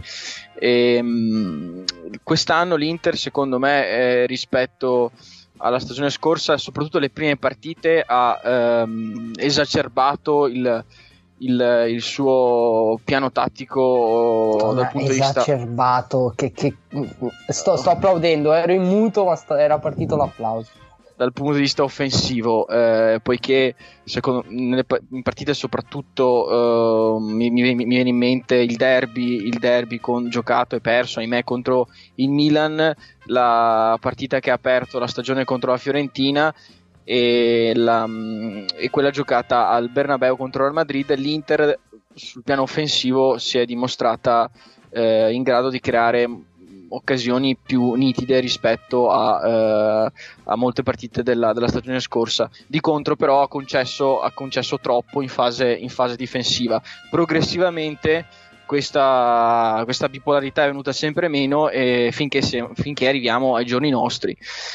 Quest'anno l'Inter, secondo me, rispetto alla stagione scorsa, soprattutto le prime partite, ha esacerbato il suo piano tattico dal punto di vista esacerbato. Sto applaudendo, ero in muto ma era partito l'applauso. Dal punto di vista offensivo, poiché in partite soprattutto mi viene in mente il derby con giocato e perso, ahimè, contro il Milan, la partita che ha aperto la stagione contro la Fiorentina e quella giocata al Bernabeu contro il Madrid. L'Inter sul piano offensivo si è dimostrata in grado di creare occasioni più nitide rispetto a molte partite della stagione scorsa. Di contro però ha concesso troppo in fase difensiva. Progressivamente questa bipolarità è venuta sempre meno, finché arriviamo ai giorni nostri,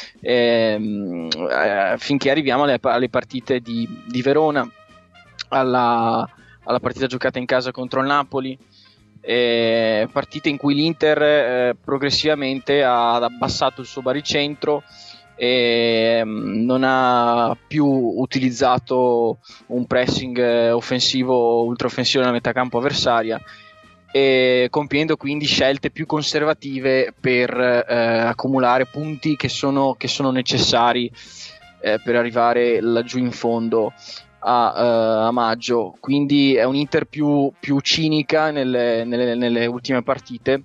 finché arriviamo alle partite di Verona, alla partita giocata in casa contro il Napoli, partite in cui l'Inter progressivamente ha abbassato il suo baricentro e non ha più utilizzato un pressing offensivo, ultraoffensivo nella metà campo avversaria, e compiendo quindi scelte più conservative per accumulare punti che sono necessari per arrivare laggiù in fondo a maggio. Quindi è un Inter più cinica nelle ultime partite,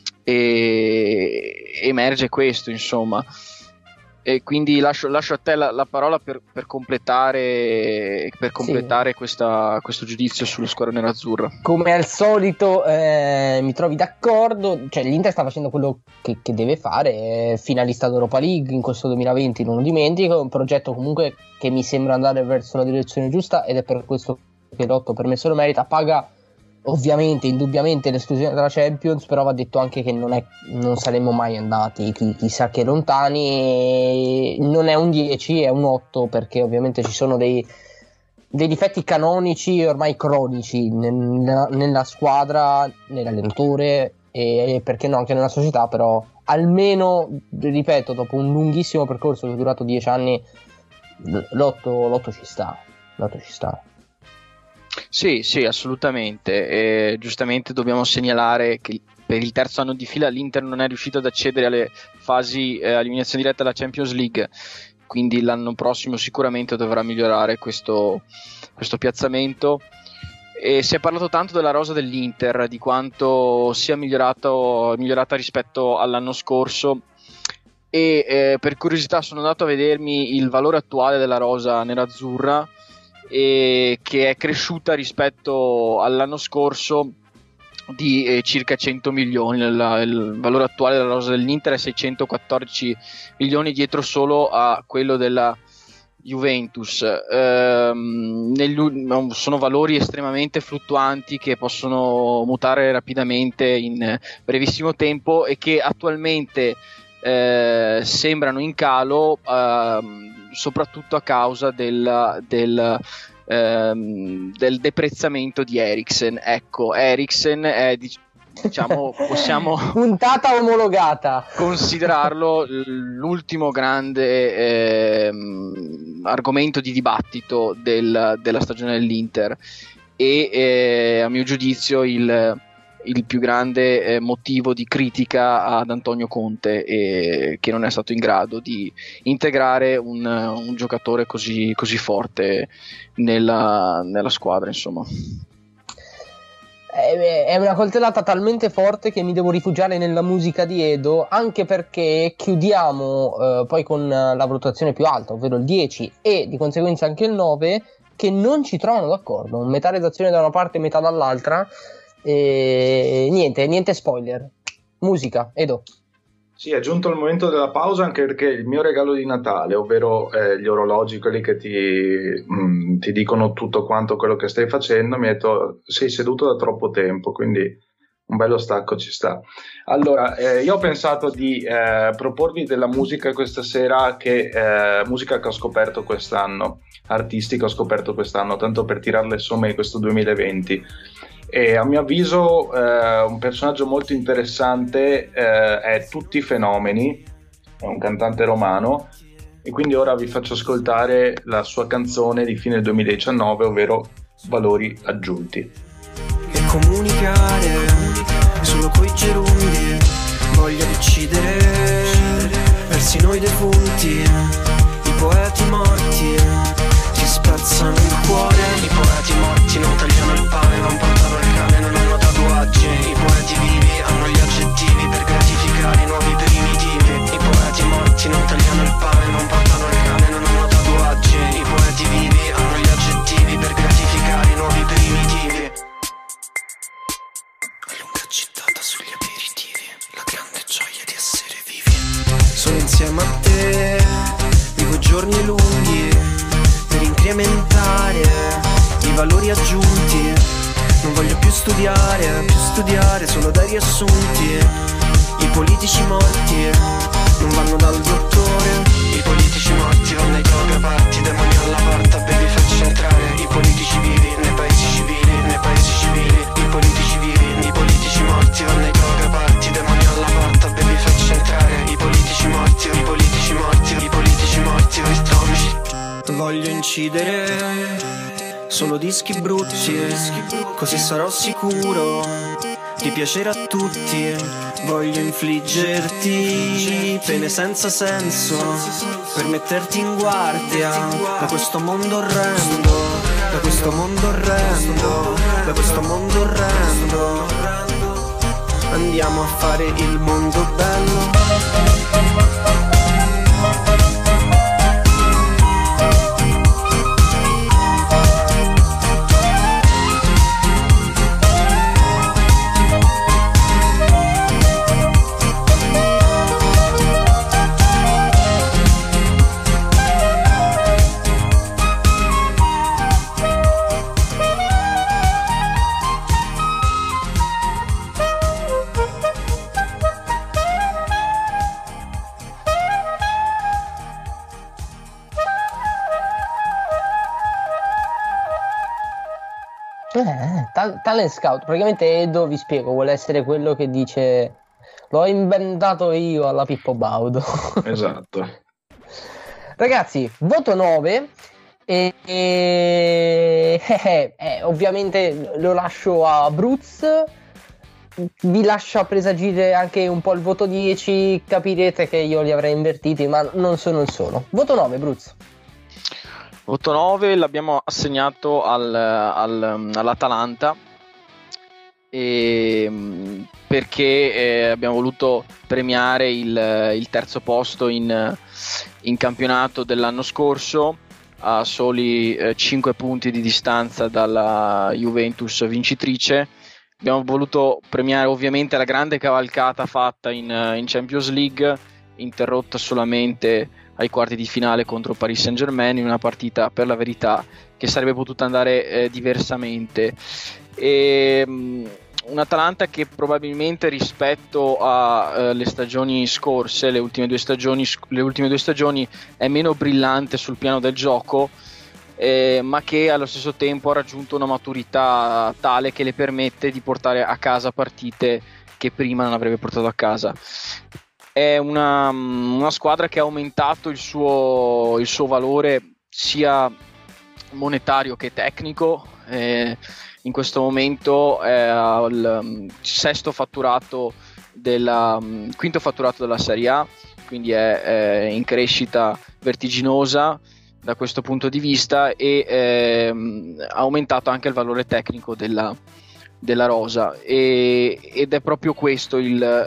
e emerge questo, insomma. E quindi lascio a te la parola per completare questo giudizio sulla squadra nerazzurra. Come al solito mi trovi d'accordo, cioè l'Inter sta facendo quello che deve fare, è finalista d'Europa League in questo 2020, non lo dimentico, è un progetto comunque che mi sembra andare verso la direzione giusta, ed è per questo che l'8 per me se lo merita. Paga ovviamente, indubbiamente l'esclusione dalla Champions, però va detto anche che non saremmo mai andati chissà che lontani. Non è un 10, è un 8, perché ovviamente ci sono dei difetti canonici ormai cronici nella squadra, nell'allenatore e perché no anche nella società, però almeno, ripeto, dopo un lunghissimo percorso che è durato 10 anni, l'8 ci sta. Sì, assolutamente. E giustamente dobbiamo segnalare che per il terzo anno di fila l'Inter non è riuscito ad accedere alle fasi eliminazione diretta alla Champions League, quindi l'anno prossimo sicuramente dovrà migliorare questo piazzamento. E si è parlato tanto della rosa dell'Inter, di quanto sia migliorata rispetto all'anno scorso, e per curiosità sono andato a vedermi il valore attuale della rosa nerazzurra, e che è cresciuta rispetto all'anno scorso di circa 100 milioni. Il valore attuale della rosa dell'Inter è 614 milioni, dietro solo a quello della Juventus. Sono valori estremamente fluttuanti che possono mutare rapidamente in brevissimo tempo, e che attualmente sembrano in calo, soprattutto a causa del deprezzamento di Eriksen. Ecco, Eriksen è, diciamo, possiamo puntata omologata, considerarlo l'ultimo grande argomento di dibattito della stagione dell'Inter, e a mio giudizio il più grande motivo di critica ad Antonio Conte, che non è stato in grado di integrare un giocatore così forte nella squadra, insomma. È una coltellata talmente forte che mi devo rifugiare nella musica di Edo, anche perché chiudiamo poi con la valutazione più alta, ovvero il 10 e di conseguenza anche il 9, che non ci trovano d'accordo, metà redazione da una parte e metà dall'altra. Niente spoiler. Musica, Edo. Sì, è giunto il momento della pausa, anche perché il mio regalo di Natale, ovvero gli orologi, quelli che ti dicono tutto quanto quello che stai facendo, mi ha detto sei seduto da troppo tempo, quindi un bello stacco ci sta. Allora, io ho pensato di proporvi della musica questa sera, musica che ho scoperto quest'anno, artisti che ho scoperto quest'anno, tanto per tirare le somme di questo 2020. E a mio avviso un personaggio molto interessante è Tutti Fenomeni, è un cantante romano, e quindi ora vi faccio ascoltare la sua canzone di fine 2019, ovvero Valori Aggiunti. E comunicare solo coi gerundi, voglia decidere versi noi defunti, i poeti morti ci spazzano il cuore. I poeti morti non tagliano il pane, non portano il cane, non hanno tatuaggi. I poeti vivi hanno gli aggettivi per gratificare i nuovi primitivi. I poeti morti non tagliano il pane, non portano il cane, non hanno tatuaggi. I poeti vivi hanno gli aggettivi per gratificare i nuovi primitivi. Lunga gittata sugli aperitivi, la grande gioia di aumentare i valori aggiunti. Non voglio più studiare solo dai riassunti. I politici morti non vanno dal dottore. I politici morti vanno ai toga parti, demoni alla porta, baby facci entrare. I politici vivi nei paesi civili, nei paesi civili. I politici vivi, i politici morti vanno ai toga parti, demoni alla porta, baby facci entrare. I politici morti, i politici morti, i politici morti, ristromici. Voglio incidere solo dischi brutti, così sarò sicuro di piacere a tutti. Voglio infliggerti pene senza senso per metterti in guardia da questo mondo orrendo, da questo mondo orrendo, da questo mondo orrendo. Andiamo a fare il mondo bello. Talent Scout, praticamente Edo, vi spiego, vuole essere quello che dice l'ho inventato io alla Pippo Baudo. Esatto. Ragazzi, voto 9 ovviamente lo lascio a Bruce, vi lascio a presagire anche un po' il voto 10, capirete che io li avrei invertiti, ma non sono il solo. Voto 9, Bruce. Voto 9 l'abbiamo assegnato all'Atalanta, perché abbiamo voluto premiare il terzo posto in campionato dell'anno scorso, a soli 5 punti di distanza dalla Juventus vincitrice. Abbiamo voluto premiare ovviamente la grande cavalcata fatta in Champions League, interrotta solamente ai quarti di finale contro Paris Saint-Germain, in una partita per la verità che sarebbe potuta andare diversamente. Un Atalanta che probabilmente rispetto alle stagioni scorse, le ultime due stagioni è meno brillante sul piano del gioco, ma che allo stesso tempo ha raggiunto una maturità tale che le permette di portare a casa partite che prima non avrebbe portato a casa. È una squadra che ha aumentato il suo valore sia monetario che tecnico. In questo momento è al quinto fatturato della Serie A, quindi è in crescita vertiginosa da questo punto di vista, e ha aumentato anche il valore tecnico della rosa, ed è proprio questo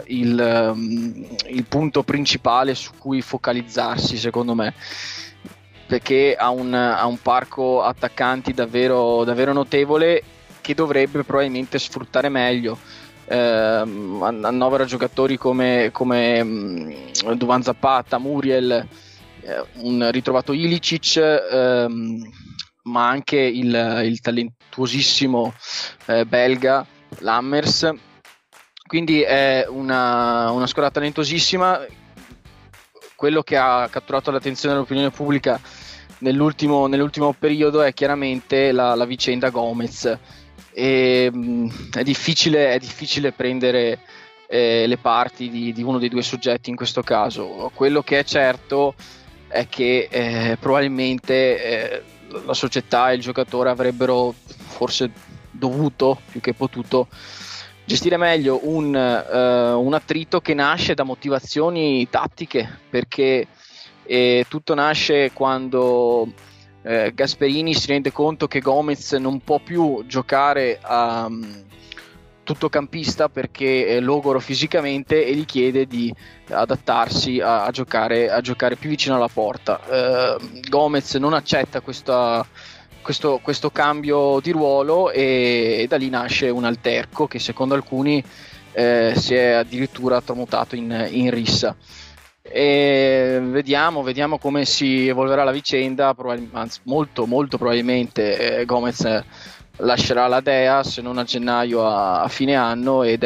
il punto principale su cui focalizzarsi, secondo me, perché ha un parco attaccanti davvero, davvero notevole, che dovrebbe probabilmente sfruttare meglio. Annovera giocatori come Duvan Zapata, Muriel, un ritrovato Ilicic, ma anche il talentuosissimo belga Lammers. Quindi è una squadra talentosissima. Quello che ha catturato l'attenzione dell'opinione pubblica nell'ultimo periodo è chiaramente la vicenda Gomez. È difficile prendere le parti di uno dei due soggetti in questo caso. Quello che è certo è che probabilmente la società e il giocatore avrebbero forse dovuto, più che potuto, gestire meglio un attrito che nasce da motivazioni tattiche, perché tutto nasce quando Gasperini si rende conto che Gomez non può più giocare a tuttocampista perché è logoro fisicamente, e gli chiede di adattarsi a giocare più vicino alla porta. Gomez non accetta questo cambio di ruolo, e da lì nasce un alterco che secondo alcuni si è addirittura tramutato in rissa. e vediamo come si evolverà la vicenda. Anzi, molto probabilmente Gomez lascerà la Dea, se non a gennaio, a fine anno, ed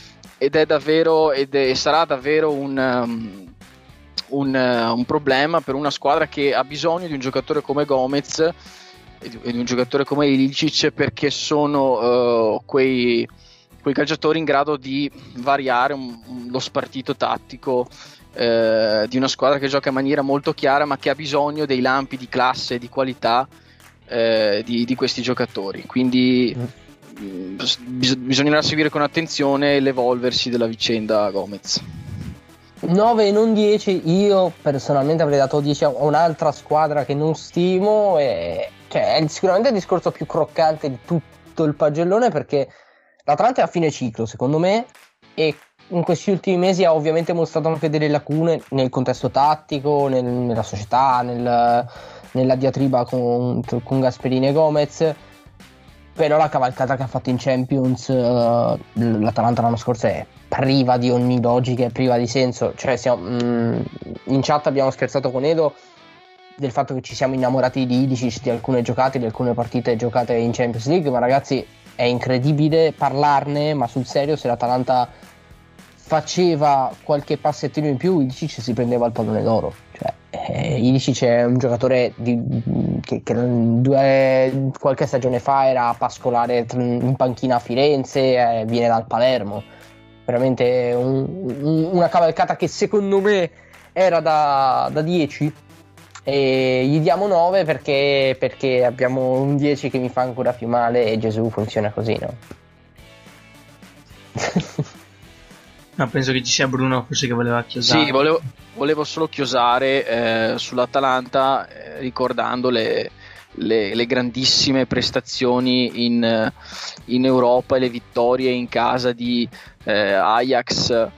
sarà davvero un problema per una squadra che ha bisogno di un giocatore come Gomez e di un giocatore come Ilicic, perché sono quei calciatori in grado di variare lo spartito tattico di una squadra che gioca in maniera molto chiara, ma che ha bisogno dei lampi di classe e di qualità di questi giocatori. Quindi bisognerà seguire con attenzione l'evolversi della vicenda Gomez. 9 e non 10. Io personalmente avrei dato 10 a un'altra squadra che non stimo, cioè è sicuramente il discorso più croccante di tutto il pagellone, perché l'Atalanta è a fine ciclo secondo me, e in questi ultimi mesi ha ovviamente mostrato anche delle lacune nel contesto tattico, nella società, nella diatriba con Gasperini e Gomez. Però la cavalcata che ha fatto in Champions l'Atalanta l'anno scorso è priva di ogni logica e priva di senso. Cioè in chat abbiamo scherzato con Edo del fatto che ci siamo innamorati di Ilicic, di alcune giocate, di alcune partite giocate in Champions League, ma ragazzi è incredibile parlarne, ma sul serio, se l'Atalanta faceva qualche passettino in più, Ilicic si prendeva il pallone d'oro. Cioè Ilicic è un giocatore che qualche stagione fa era a pascolare in panchina a Firenze, viene dal Palermo, veramente una cavalcata che secondo me era da 10, e gli diamo 9 perché abbiamo un 10 che mi fa ancora più male, e Gesù funziona così, no? No, penso che ci sia Bruno forse che voleva chiosare. Sì, volevo solo chiosare sull'Atalanta, ricordando le grandissime prestazioni in Europa e le vittorie in casa di Ajax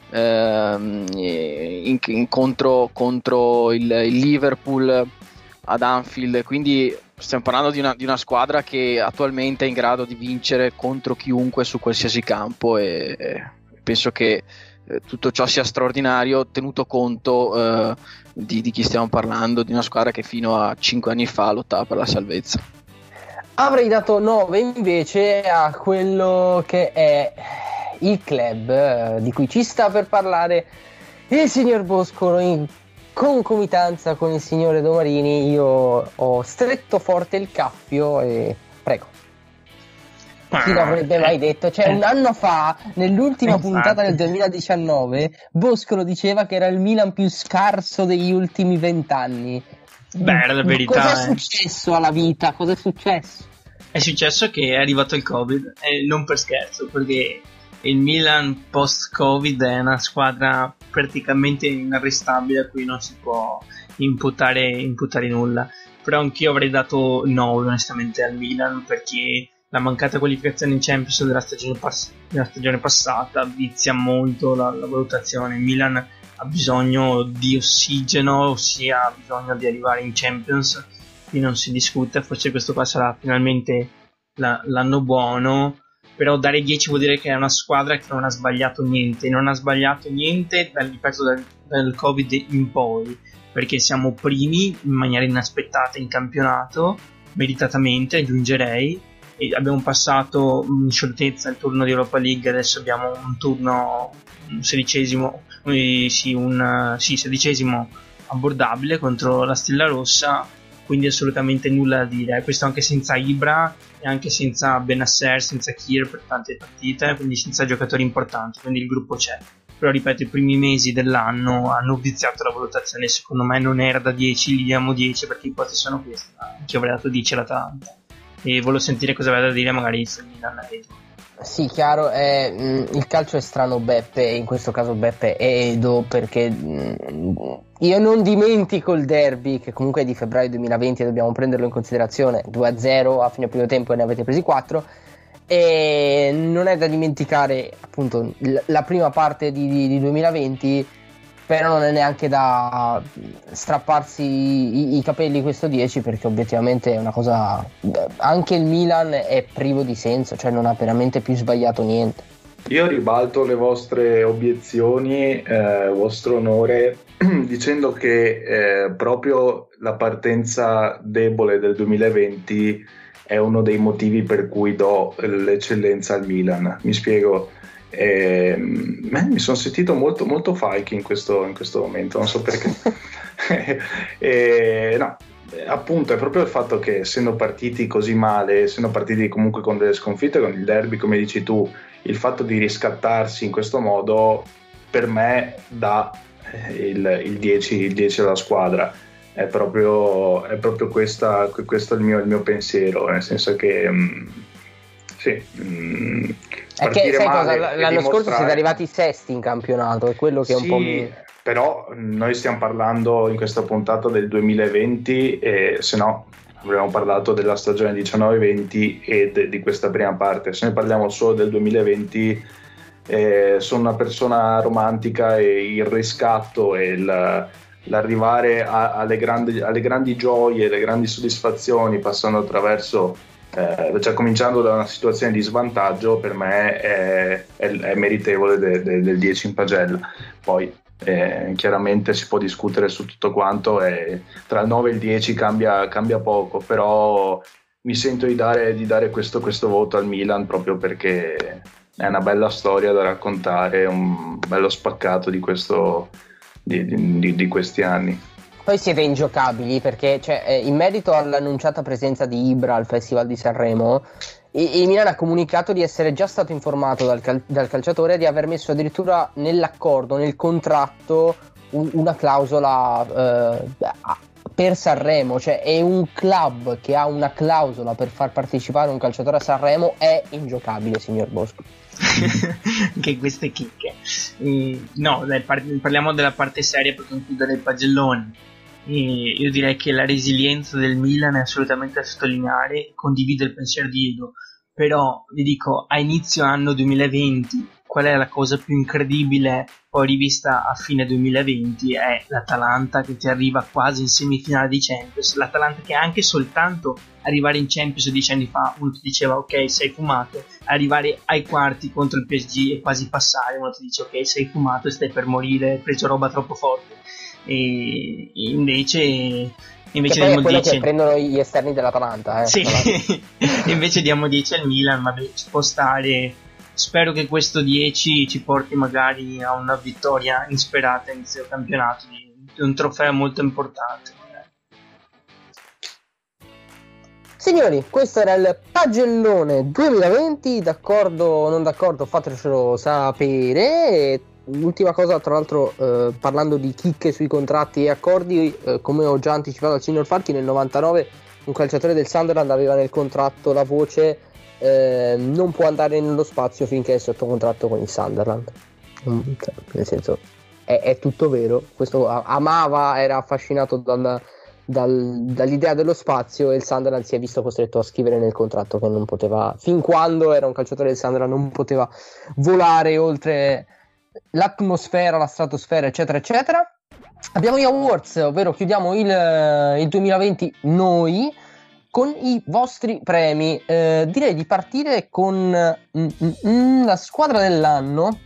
contro il Liverpool ad Anfield. Quindi stiamo parlando di una squadra che attualmente è in grado di vincere contro chiunque su qualsiasi campo, e penso che tutto ciò sia straordinario, tenuto conto di chi stiamo parlando, di una squadra che fino a 5 anni fa lottava per la salvezza. Avrei dato 9 invece a quello che è il club di cui ci sta per parlare il signor Boscolo in concomitanza con il signore Domarini. Io ho stretto forte il cappio e prego. Chi l'avrebbe mai detto? Cioè, un anno fa, nell'ultima puntata del 2019, Boscolo diceva che era il Milan più scarso degli ultimi 20 anni. Beh, era la verità. Cosa è successo alla vita? Cosa è successo? È successo che è arrivato il Covid, e non per scherzo, perché il Milan post-Covid è una squadra praticamente inarrestabile, a cui non si può imputare nulla. Però anch'io avrei dato 9 onestamente al Milan, perché la mancata qualificazione in Champions della stagione passata vizia molto la valutazione. Il Milan ha bisogno di ossigeno, ossia ha bisogno di arrivare in Champions, qui non si discute. Forse questo qua sarà finalmente l'anno buono, però dare 10 vuol dire che è una squadra che non ha sbagliato niente dal Covid in poi, perché siamo primi in maniera inaspettata in campionato, meritatamente aggiungerei, e abbiamo passato in scioltezza il turno di Europa League. Adesso abbiamo un turno sedicesimo abbordabile contro la Stella Rossa, quindi assolutamente nulla da dire. Questo anche senza Ibra e anche senza Benasser, senza Kier per tante partite, quindi senza giocatori importanti, quindi il gruppo c'è. Però ripeto, i primi mesi dell'anno hanno viziato la valutazione, secondo me non era da 10, gli diamo 10 perché i ipotesi sono queste, che avrei dato 10 all'Atalanta. E volevo sentire cosa aveva da dire magari sul Milan. Sì, chiaro, il calcio è strano, Beppe, in questo caso Beppe e Edo, perché io non dimentico il derby, che comunque è di febbraio 2020 e dobbiamo prenderlo in considerazione, 2-0 a fine primo tempo e ne avete presi 4, e non è da dimenticare appunto la prima parte di 2020, però non è neanche da strapparsi i capelli questo 10, perché obiettivamente è una cosa, anche il Milan è privo di senso, cioè non ha veramente più sbagliato niente, Io ribalto le vostre obiezioni, vostro onore, dicendo che proprio la partenza debole del 2020 è uno dei motivi per cui do l'eccellenza al Milan. Mi spiego. Mi sono sentito molto, molto Falchi in questo momento, non so perché. No, appunto, è proprio il fatto che, essendo partiti così male, essendo partiti comunque con delle sconfitte, con il derby, come dici tu, il fatto di riscattarsi in questo modo per me dà il 10 alla squadra. È proprio questo il mio pensiero, nel senso che sì, è che sai cosa, l'anno scorso siete arrivati sesti in campionato, è quello che è un po' però noi stiamo parlando in questa puntata del 2020, e se no avremmo parlato della stagione 19-20 e di questa prima parte. Se noi parliamo solo del 2020, sono una persona romantica, e il riscatto e l'arrivare alle grandi gioie, alle grandi soddisfazioni, passando attraverso, cioè cominciando da una situazione di svantaggio, per me è meritevole del 10 in pagella. Poi chiaramente si può discutere su tutto quanto, e tra il 9 e il 10 cambia poco, però mi sento di dare questo voto al Milan, proprio perché è una bella storia da raccontare, un bello spaccato di questi anni. Poi siete ingiocabili, perché in merito all'annunciata presenza di Ibra al Festival di Sanremo, il Milan ha comunicato di essere già stato informato dal calciatore, di aver messo addirittura nell'accordo, nel contratto, una clausola per Sanremo. Cioè è un club che ha una clausola per far partecipare un calciatore a Sanremo, è ingiocabile, signor Bosco. Anche queste chicche. No, dai, parliamo della parte seria per concludere il pagellone. Io direi che la resilienza del Milan è assolutamente da sottolineare, condivido il pensiero di Edo, però vi dico, a inizio anno 2020 qual è la cosa più incredibile poi rivista a fine 2020? È l'Atalanta che ti arriva quasi in semifinale di Champions, l'Atalanta che anche soltanto arrivare in Champions 10 anni fa uno ti diceva ok, sei fumato, arrivare ai quarti contro il PSG e quasi passare, uno ti dice ok, sei fumato, stai per morire, hai preso roba troppo forte. E invece diamo 10, che prendono gli esterni dell'Atalanta, sì. Invece diamo 10 al Milan, vabbè, ci può stare. Spero che questo 10 ci porti magari a una vittoria insperata inizio campionato, di un trofeo molto importante. Signori, questo era il pagellone 2020, d'accordo o non d'accordo fatecelo sapere. L'ultima cosa, tra l'altro, parlando di chicche sui contratti e accordi, come ho già anticipato al signor Falchi, nel 99 un calciatore del Sunderland aveva nel contratto la voce non può andare nello spazio finché è sotto contratto con il Sunderland. Nel senso, è tutto vero. Questo amava, era affascinato dall'idea dello spazio, e il Sunderland si è visto costretto a scrivere nel contratto che non poteva, fin quando era un calciatore del Sunderland, non poteva volare oltre l'atmosfera, la stratosfera, eccetera eccetera. Abbiamo gli awards, ovvero chiudiamo il 2020 noi con i vostri premi. Direi di partire con la squadra dell'anno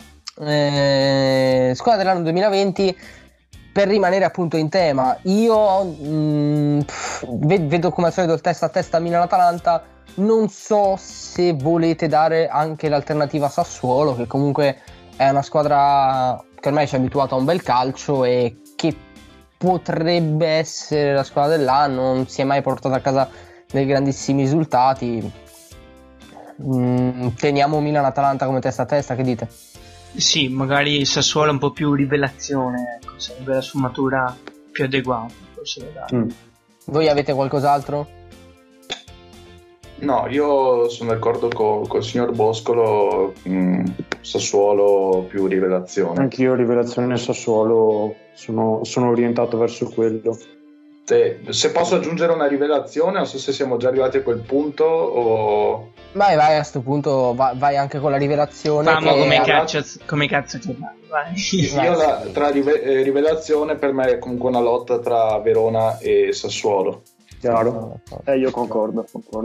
2020, per rimanere appunto in tema. Io vedo come al solito il testa a testa Milan-Atalanta. Non so se volete dare anche l'alternativa Sassuolo, che comunque è una squadra che ormai ci è abituata a un bel calcio e che potrebbe essere la squadra dell'anno, non si è mai portata a casa dei grandissimi risultati. Teniamo Milan-Atalanta come testa a testa, che dite? Sì, magari Sassuolo un po' più rivelazione, ecco, sarebbe la sfumatura più adeguata. Voi avete qualcos'altro? No, io sono d'accordo col signor Boscolo, Sassuolo più rivelazione. Anch'io rivelazione nel Sassuolo, sono orientato verso quello. Se posso aggiungere una rivelazione, non so se siamo già arrivati a quel punto o... Vai a sto punto, vai anche con la rivelazione. Come cazzo che vai. Io tra rivelazione, per me è comunque una lotta tra Verona e Sassuolo. Chiaro. Io concordo.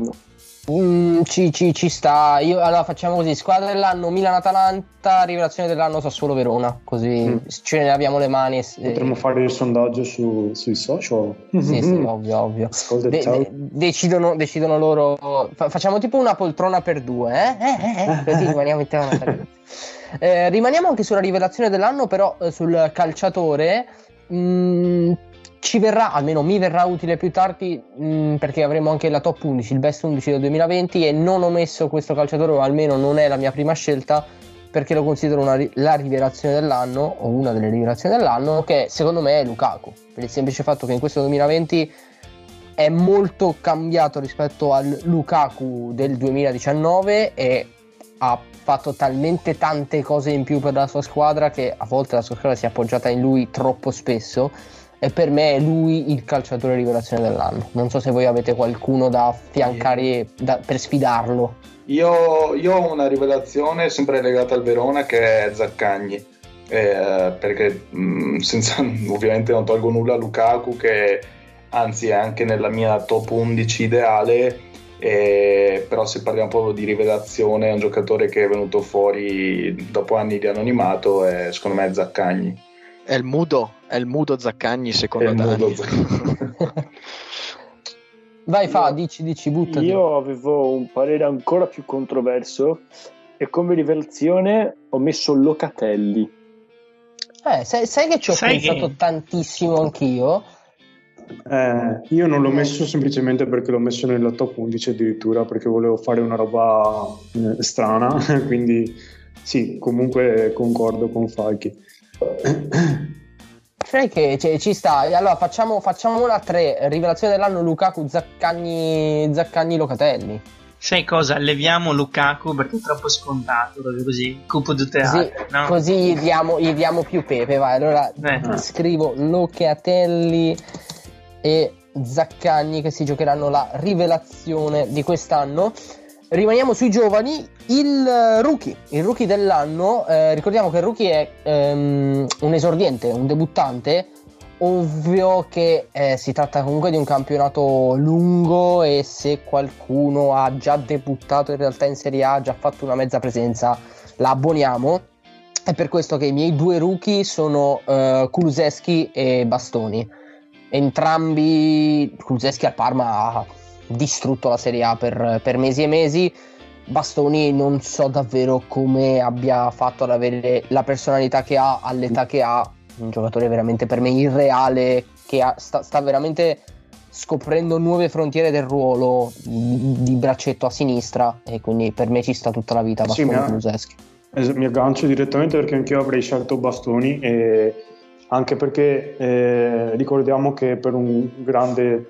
Ci sta. Allora facciamo così: squadra dell'anno Milan-Atalanta, rivelazione dell'anno Sassuolo-Verona, così ce ne laviamo le mani. Potremmo fare il sondaggio sui social. Sì, ovvio. Decidono loro. Facciamo tipo una poltrona per due, così rimaniamo in tema. Rimaniamo anche sulla rivelazione dell'anno, però sul calciatore. Ci verrà, almeno mi verrà utile più tardi, perché avremo anche la top 11, il best 11 del 2020, e non ho messo questo calciatore, o almeno non è la mia prima scelta, perché lo considero la rivelazione dell'anno, o una delle rivelazioni dell'anno, che secondo me è Lukaku, per il semplice fatto che in questo 2020 è molto cambiato rispetto al Lukaku del 2019 e ha fatto talmente tante cose in più per la sua squadra che a volte la sua squadra si è appoggiata in lui troppo spesso. E per me è lui il calciatore rivelazione dell'anno. Non so se voi avete qualcuno da affiancare per sfidarlo. Io ho una rivelazione sempre legata al Verona, che è Zaccagni, perché ovviamente non tolgo nulla a Lukaku, che anzi è anche nella mia top 11 ideale, però se parliamo proprio di rivelazione, è un giocatore che è venuto fuori dopo anni di anonimato, e secondo me è Zaccagni. È il mudo Zaccagni, secondo Dani. Vai, dici, buttati. Io avevo un parere ancora più controverso e come rivelazione ho messo Locatelli. Sai che ci ho pensato tantissimo anch'io. Io non l'ho messo semplicemente perché l'ho messo nella top 11 addirittura, perché volevo fare una roba strana, quindi sì, comunque concordo con Falchi. Sai che ci sta. Allora facciamola 3: rivelazione dell'anno Lukaku, Zaccagni, Locatelli. Sai cosa? Leviamo Lukaku perché è troppo scontato, proprio così cupo di teatro, no? Così gli diamo più pepe. Vai, allora scrivo Locatelli e Zaccagni che si giocheranno la rivelazione di quest'anno. Rimaniamo sui giovani. Il rookie dell'anno, ricordiamo che il rookie è un esordiente, un debuttante. Ovvio che si tratta comunque di un campionato lungo, e se qualcuno ha già debuttato in realtà in Serie A, ha già fatto una mezza presenza, la abboniamo. È per questo che i miei due rookie sono Kulusevski e Bastoni. Entrambi, Kulusevski al Parma ha distrutto la Serie A per mesi e mesi. Bastoni non so davvero come abbia fatto ad avere la personalità che ha all'età che ha, un giocatore veramente per me irreale, che sta veramente scoprendo nuove frontiere del ruolo di braccetto a sinistra, e quindi per me ci sta tutta la vita Bastoni. Kulusevski. Mi aggancio direttamente perché anch'io avrei scelto Bastoni, e anche perché ricordiamo che per un grande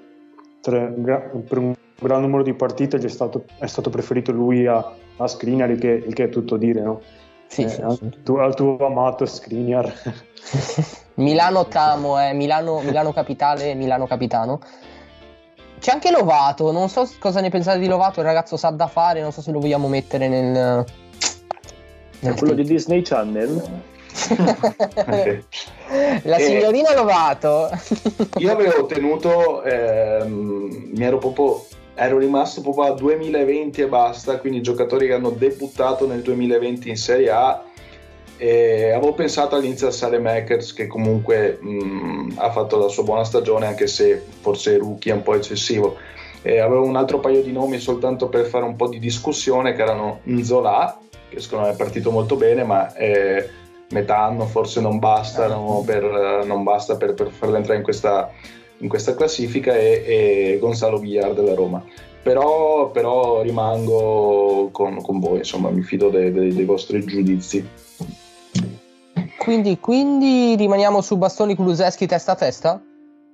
numero di partite è stato preferito lui a Skriniar, il che è tutto dire, no? Sì. Al tuo amato Skriniar. Milano Tamo, Milano capitale, Milano capitano. C'è anche Lovato, non so cosa ne pensate di Lovato, il ragazzo sa da fare, non so se lo vogliamo mettere nel quello di Disney Channel. La signorina Lovato. Io avevo tenuto, ero rimasto proprio a 2020 e basta, quindi giocatori che hanno debuttato nel 2020 in Serie A, e avevo pensato all'inizio a Saelemaekers, che comunque ha fatto la sua buona stagione, anche se forse rookie è un po' eccessivo. Avevo un altro paio di nomi soltanto per fare un po' di discussione, che erano Nzola, che secondo me è partito molto bene, ma metà anno forse non basta per farlo entrare in questa classifica, e Gonzalo Villar della Roma. Però rimango con voi, insomma, mi fido dei vostri giudizi. Quindi rimaniamo su Bastoni, Kulusevski testa a testa?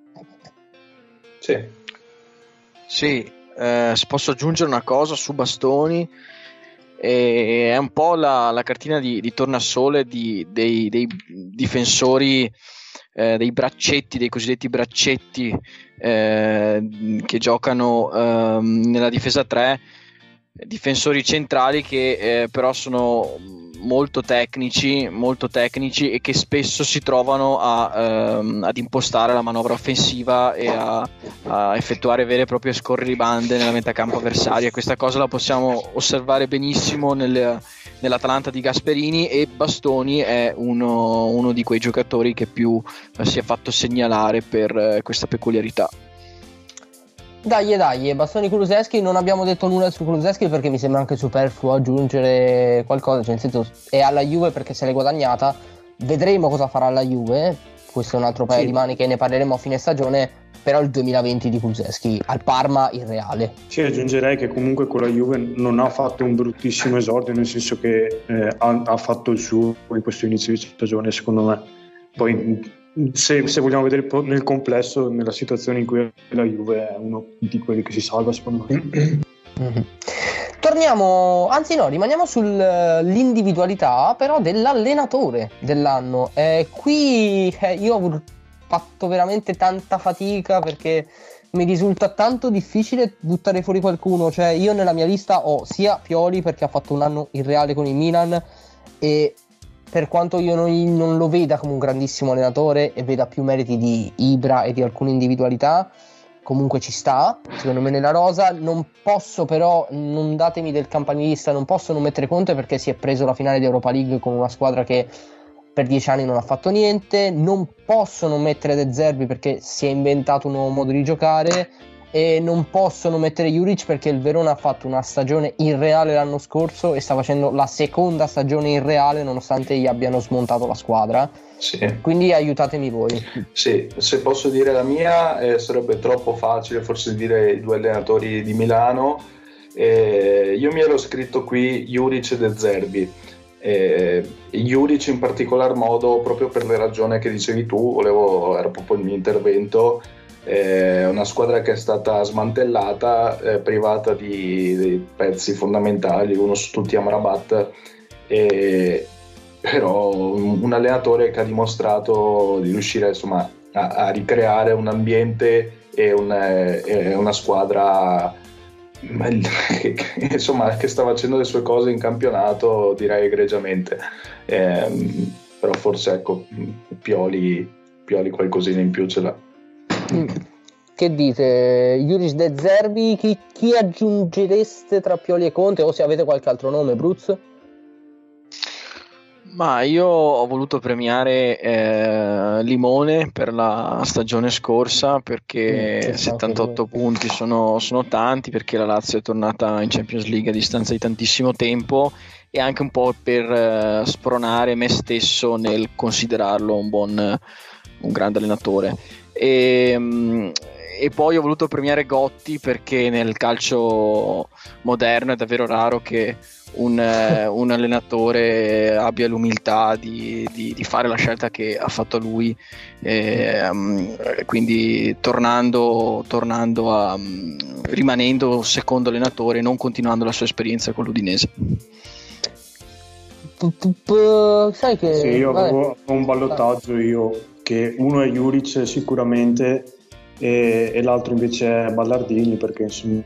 Sì, posso aggiungere una cosa su Bastoni. È un po' la cartina di tornasole dei difensori, dei braccetti, dei cosiddetti braccetti che giocano nella difesa 3, difensori centrali che però sono molto tecnici e che spesso si trovano ad impostare la manovra offensiva e a effettuare vere e proprie scorribande nella metà campo avversaria. Questa cosa la possiamo osservare benissimo nell'Atalanta di Gasperini, e Bastoni è uno di quei giocatori che più si è fatto segnalare per questa peculiarità. Dai, Bastoni, Kulusevski. Non abbiamo detto nulla su Kulusevski perché mi sembra anche superfluo aggiungere qualcosa, cioè nel senso è alla Juve perché se l'è guadagnata, vedremo cosa farà la Juve, questo è un altro paio di maniche, ne parleremo a fine stagione, però il 2020 di Kulusevski al Parma irreale. Sì, aggiungerei che comunque con la Juve non ha fatto un bruttissimo esordio, nel senso che ha fatto il suo in questo inizio di stagione, secondo me. Poi se vogliamo vedere nel complesso, nella situazione in cui la Juve è uno di quelli che si salva, secondo me. Mm-hmm. Rimaniamo sull'individualità però dell'allenatore dell'anno. Qui io ho fatto veramente tanta fatica perché mi risulta tanto difficile buttare fuori qualcuno. Cioè io nella mia lista ho sia Pioli perché ha fatto un anno irreale con il Milan, e per quanto io non lo veda come un grandissimo allenatore e veda più meriti di Ibra e di alcune individualità, comunque ci sta, secondo me, nella rosa. Non posso però, non datemi del campanilista, non posso non mettere Conte perché si è preso la finale di Europa League con una squadra che per 10 anni non ha fatto niente. Non posso non mettere De Zerbi perché si è inventato un nuovo modo di giocare, e non posso non mettere Juric perché il Verona ha fatto una stagione irreale l'anno scorso e sta facendo la seconda stagione irreale nonostante gli abbiano smontato la squadra. Sì. Quindi aiutatemi voi. Sì, se posso dire la mia, sarebbe troppo facile forse dire i due allenatori di Milano. Io mi ero scritto qui Juric e De Zerbi. Juric in particolar modo proprio per le ragioni che dicevi tu, era proprio il mio intervento. Una squadra che è stata smantellata, privata di pezzi fondamentali, uno su tutti Amrabat, però un allenatore che ha dimostrato di riuscire insomma a ricreare un ambiente e una squadra che sta facendo le sue cose in campionato, direi egregiamente. Però forse ecco, Pioli qualcosina in più ce l'ha. Che dite? Juric, De Zerbi, chi aggiungereste tra Pioli e Conte, o se avete qualche altro nome, Bruz? Ma io ho voluto premiare Limone per la stagione scorsa perché 78 punti sono tanti, perché la Lazio è tornata in Champions League a distanza di tantissimo tempo, e anche un po' per spronare me stesso nel considerarlo un grande allenatore. E poi ho voluto premiare Gotti perché nel calcio moderno è davvero raro che un allenatore abbia l'umiltà di fare la scelta che ha fatto lui, quindi rimanendo secondo allenatore, non continuando la sua esperienza con l'Udinese. Sai che sì, io avevo un ballottaggio io, che uno è Juric sicuramente e l'altro invece è Ballardini, perché insomma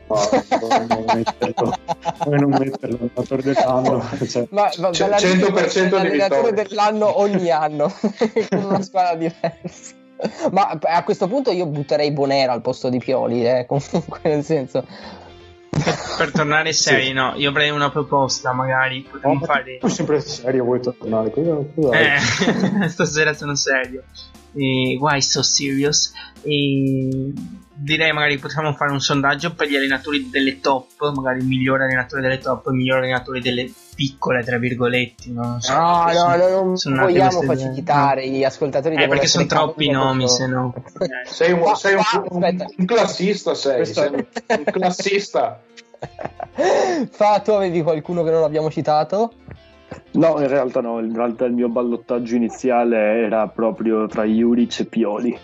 come non metterlo allenatore dell'anno, cioè, ma 100% di allenatore dell'anno ogni anno con una squadra diversa. Ma a questo punto io butterei Bonera al posto di Pioli, comunque, nel senso, per tornare seri, sì. No, io avrei una proposta, magari potremmo fare. Sempre serio, vuoi tornare? Stasera sono serio. Why so serious? Direi magari potremmo fare un sondaggio per gli allenatori delle top, magari il migliore allenatore delle top, il migliore allenatore delle piccole, tra virgolette. Non so, non vogliamo facilitare gli ascoltatori, perché sono troppi nomi, se no. Sei un classista, sei un classista. Tu avevi qualcuno che non abbiamo citato? No, in realtà no, in realtà il mio ballottaggio iniziale era proprio tra Juric e Pioli.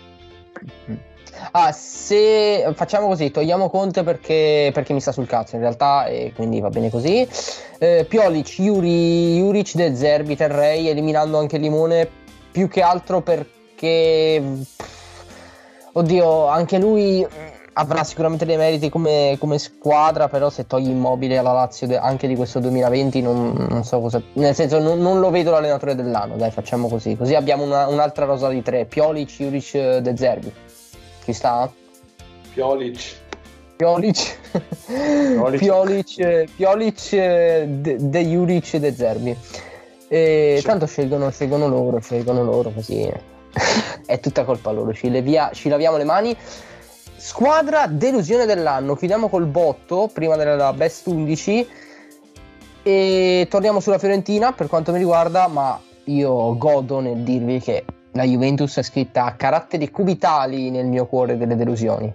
Se facciamo così, togliamo Conte perché mi sta sul cazzo in realtà, e quindi va bene così. Piolic, Juric, De Zerbi terrei, eliminando anche Limone, più che altro perché oddio, anche lui avrà sicuramente dei meriti come squadra, però se togli Immobile alla Lazio anche di questo 2020 non so cosa, nel senso non lo vedo l'allenatore dell'anno, dai, facciamo così abbiamo un'altra rosa di tre: Pjolic, Juric, De Zerbi. Ci sta? Pjolic, De Juric, De Zerbi. Sì. Tanto scelgono loro così è tutta colpa loro, ci laviamo le mani. Squadra delusione dell'anno, chiudiamo col botto prima della best 11 e torniamo sulla Fiorentina per quanto mi riguarda, ma io godo nel dirvi che la Juventus è scritta a caratteri cubitali nel mio cuore delle delusioni.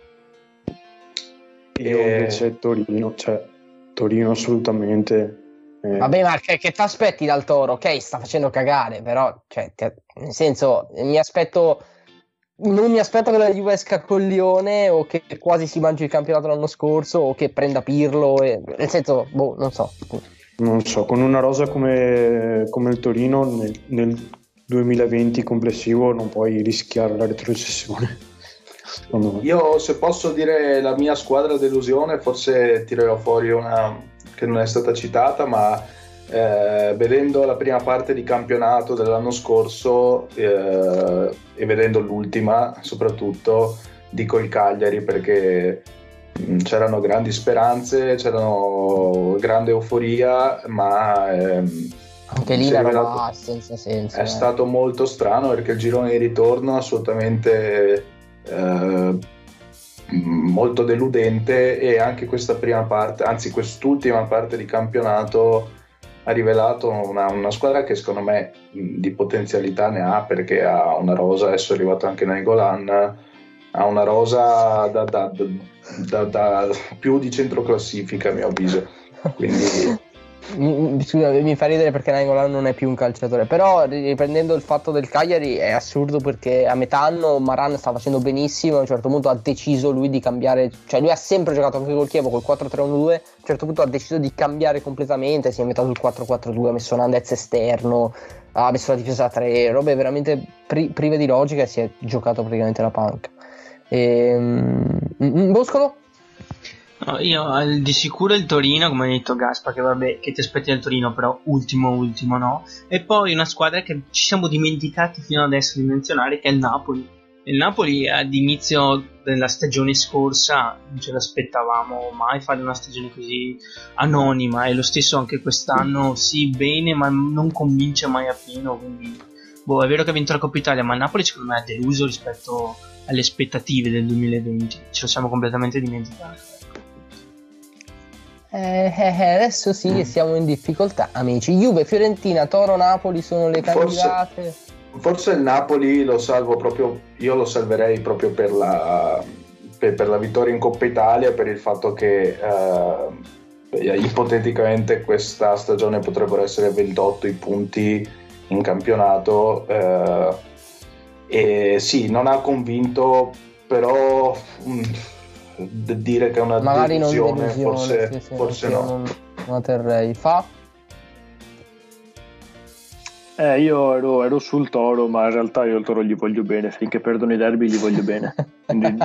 Io invece Torino assolutamente. Vabbè, ma che ti aspetti dal Toro? Ok, sta facendo cagare, però nel senso non mi aspetto che la Juve esca col Lione o che quasi si mangi il campionato l'anno scorso o che prenda Pirlo, nel senso, non so, con una rosa come il Torino nel 2020 complessivo non puoi rischiare la retrocessione. Io, se posso dire la mia squadra delusione, forse tirerò fuori una che non è stata citata, ma vedendo la prima parte di campionato dell'anno scorso e vedendo l'ultima soprattutto, dico il Cagliari, perché c'erano grandi speranze, c'erano grande euforia, ma anche lì la roba senza senso. È stato molto strano, perché il girone di ritorno assolutamente molto deludente, e anche questa prima parte, anzi quest'ultima parte di campionato ha rivelato una squadra che secondo me di potenzialità ne ha, perché ha una rosa, adesso è arrivato anche Nainggolan, ha una rosa da più di centroclassifica a mio avviso, quindi scusa, mi fa ridere perché Nainggolan non è più un calciatore, però riprendendo il fatto del Cagliari è assurdo, perché a metà anno Maran sta facendo benissimo, a un certo punto ha deciso lui di cambiare, cioè lui ha sempre giocato anche col Chievo col 4-3-1-2, a un certo punto ha deciso di cambiare completamente, si è inventato il 4-4-2, ha messo Nandez esterno, ha messo la difesa a 3, robe veramente prive di logica, e si è giocato praticamente la panca. Boscolo? No, io di sicuro il Torino, come ha detto Gaspa, che vabbè, che ti aspetti dal Torino, però ultimo no. E poi una squadra che ci siamo dimenticati fino adesso di menzionare, che è il Napoli. Il Napoli ad inizio della stagione scorsa non ce l'aspettavamo mai fare una stagione così anonima, e lo stesso anche quest'anno, sì, bene, ma non convince mai a pieno, quindi è vero che ha vinto la Coppa Italia, ma il Napoli secondo me ha deluso rispetto alle aspettative del 2020, ce lo siamo completamente dimenticati. Adesso sì che siamo in difficoltà, amici. Juve, Fiorentina, Toro, Napoli sono le candidate. Forse il Napoli lo salvo proprio, io lo salverei proprio per la vittoria in Coppa Italia, per il fatto che ipoteticamente questa stagione potrebbero essere 28 i punti in campionato, e sì, non ha convinto, però dire che è una magari delusione, non forse no. Non la terrei. Io ero sul Toro, ma in realtà io il Toro gli voglio bene, finché perdono i derby gli voglio bene. Quindi,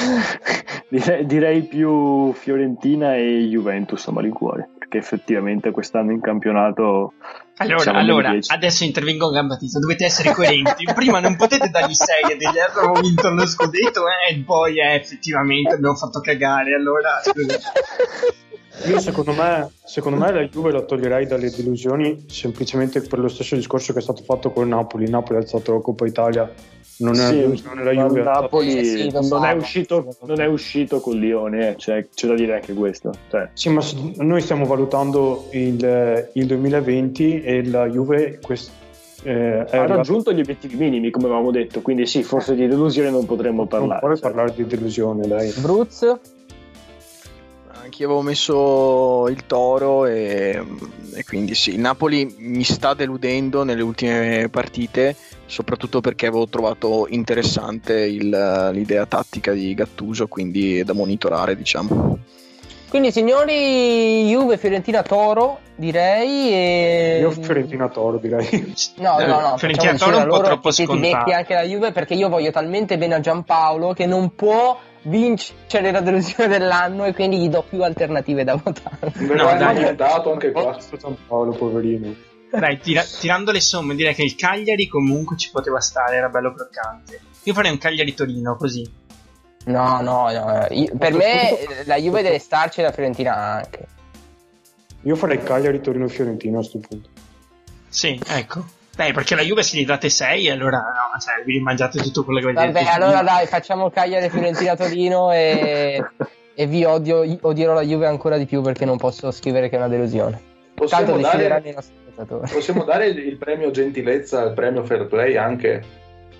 direi più Fiorentina e Juventus a malincuore, perché effettivamente quest'anno in campionato. Allora adesso intervengo con Gambatista, dovete essere coerenti. Prima non potete dargli 6 e dirgli abbiamo vinto lo scudetto, e poi effettivamente abbiamo fatto cagare, allora io secondo me la Juve la toglierei dalle delusioni, semplicemente per lo stesso discorso che è stato fatto con Napoli. Napoli ha alzato la Coppa Italia, non è una delusione, la Juve Napoli non è uscito con Lione, cioè, c'è da dire anche questo, cioè. Sì, ma noi stiamo valutando il 2020 e la Juve ha raggiunto gli obiettivi minimi, come avevamo detto, quindi sì, forse di delusione non potremmo parlare. Non puoi parlare di delusione, dai. Bruz? Anch'io avevo messo il Toro e quindi sì, il Napoli mi sta deludendo nelle ultime partite, soprattutto perché avevo trovato interessante l'idea tattica di Gattuso, quindi è da monitorare, diciamo. Quindi signori, Juve, Fiorentina, Toro, direi. Io Fiorentina, Toro, direi. No, Fiorentina, Toro è un po' troppo scontato. Ti metti anche la Juve, perché io voglio talmente bene a Giampaolo che non può vincere la delusione dell'anno e quindi gli do più alternative da votare. No, dai, anche qua. San Paolo, poverino. Dai, tirando le somme, direi che il Cagliari comunque ci poteva stare, era bello croccante. Io farei un Cagliari-Torino così. No. Per me la Juve deve starci e la Fiorentina anche. Io farei Cagliari, Torino, Fiorentina a questo punto. Sì, ecco. Beh, perché la Juve se gli date 6, allora no, cioè vi rimangiate tutto quello che avete detto. Vabbè, allora dai, facciamo Cagliari, Fiorentina, Torino e vi odierò la Juve ancora di più perché non posso scrivere che è una delusione. Tanto decideranno i nostri spettatori. Possiamo dare il premio gentilezza, il premio fair play anche?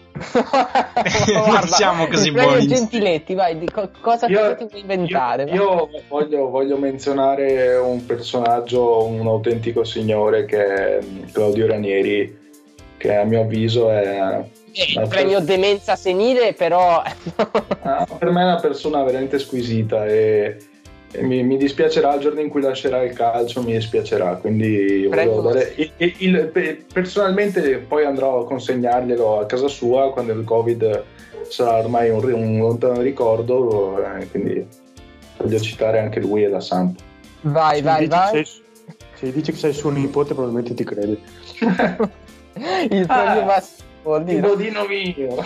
Non siamo così buoni. Gentiletti, vai, cosa ti vuoi inventare? Io voglio menzionare un personaggio, un autentico signore che è Claudio Ranieri, che a mio avviso è il premio demenza senile, però per me è una persona veramente squisita e mi dispiacerà il giorno in cui lascerà il calcio, mi dispiacerà, quindi personalmente poi andrò a consegnarglielo a casa sua quando il Covid sarà ormai un lontano ricordo, quindi voglio citare anche lui e la Samp. Vai. Se dici che sei suo nipote probabilmente ti crede. Il premio massimo il bodino mio.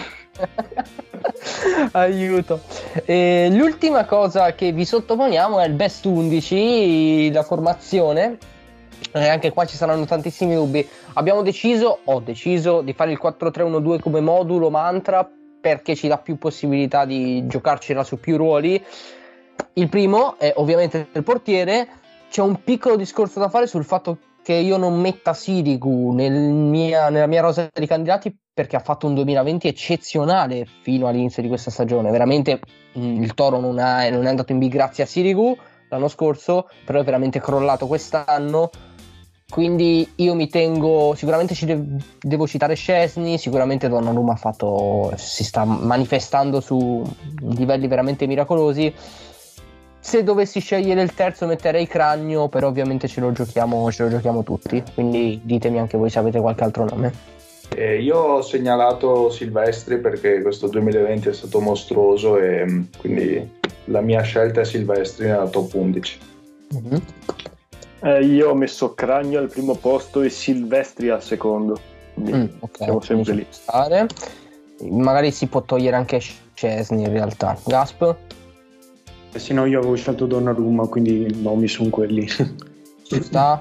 Aiuto. L'ultima cosa che vi sottoponiamo è il best 11, la formazione. Anche qua ci saranno tantissimi dubbi. Ho deciso di fare il 4-3-1-2 come modulo mantra perché ci dà più possibilità di giocarcela su più ruoli. Il primo è ovviamente il portiere. C'è un piccolo discorso da fare sul fatto che io non metta Sirigu nella mia rosa di candidati perché ha fatto un 2020 eccezionale fino all'inizio di questa stagione. Veramente il Toro non è andato in B grazie a Sirigu l'anno scorso, però è veramente crollato quest'anno. Quindi io mi tengo, sicuramente devo citare Szczesny, sicuramente Donnarumma si sta manifestando su livelli veramente miracolosi. Se dovessi scegliere il terzo metterei Cragno, però ovviamente ce lo giochiamo tutti, quindi ditemi anche voi se avete qualche altro nome. Io ho segnalato Silvestri perché questo 2020 è stato mostruoso e quindi la mia scelta è Silvestri nella top 11. Io ho messo Cragno al primo posto e Silvestri al secondo, siamo sempre lì. Magari si può togliere anche Szczesny in realtà. Gasp? Sì, no, io avevo scelto Donnarumma, quindi i nomi sono quelli. Ci sta?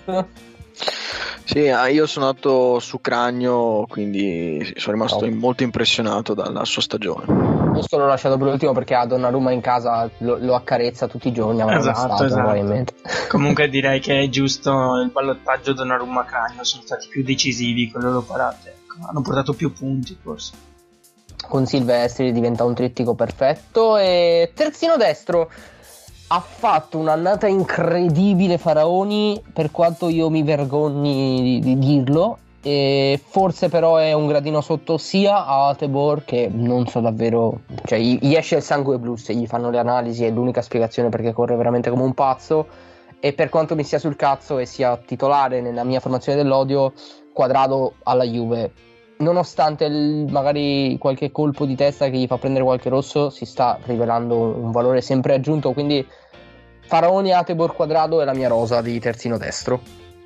Sì, io sono andato su Cragno, quindi sono rimasto molto impressionato dalla sua stagione. Questo l'ho lasciato per l'ultimo perché a Donnarumma in casa lo accarezza tutti i giorni. Esatto. Comunque direi che è giusto, il ballottaggio Donnarumma-Cragno sono stati più decisivi con le loro parate, hanno portato più punti forse. Con Silvestri diventa un trittico perfetto. E terzino destro ha fatto un'annata incredibile Faraoni, per quanto io mi vergogni di dirlo, e forse però è un gradino sotto sia a Atebor, che non so davvero, cioè gli esce il sangue blu se gli fanno le analisi, è l'unica spiegazione perché corre veramente come un pazzo. E per quanto mi sia sul cazzo e sia titolare nella mia formazione dell'odio, Quadrado alla Juve, nonostante magari qualche colpo di testa che gli fa prendere qualche rosso, si sta rivelando un valore sempre aggiunto. Quindi Faraoni, Atebor, Quadrado è la mia rosa di terzino destro.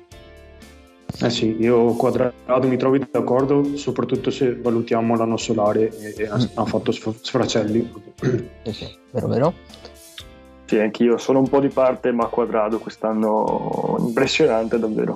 Sì, io Quadrado mi trovi d'accordo, soprattutto se valutiamo l'anno solare e ha fatto sfracelli. Sì, vero. Sì, anch'io sono un po' di parte, ma Quadrado quest'anno impressionante davvero.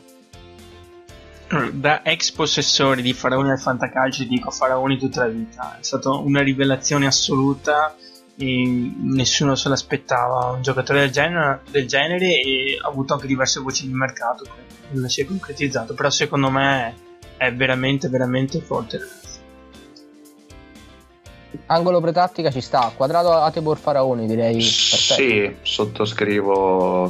Da ex possessore di Faraoni al Fantacalcio dico Faraoni tutta la vita, è stata una rivelazione assoluta e nessuno se l'aspettava un giocatore del genere e ha avuto anche diverse voci di mercato, non si è concretizzato, però secondo me è veramente veramente forte, ragazzi. Angolo pretattica ci sta, Quadrado, Atebor, Faraoni direi. Sì, sottoscrivo.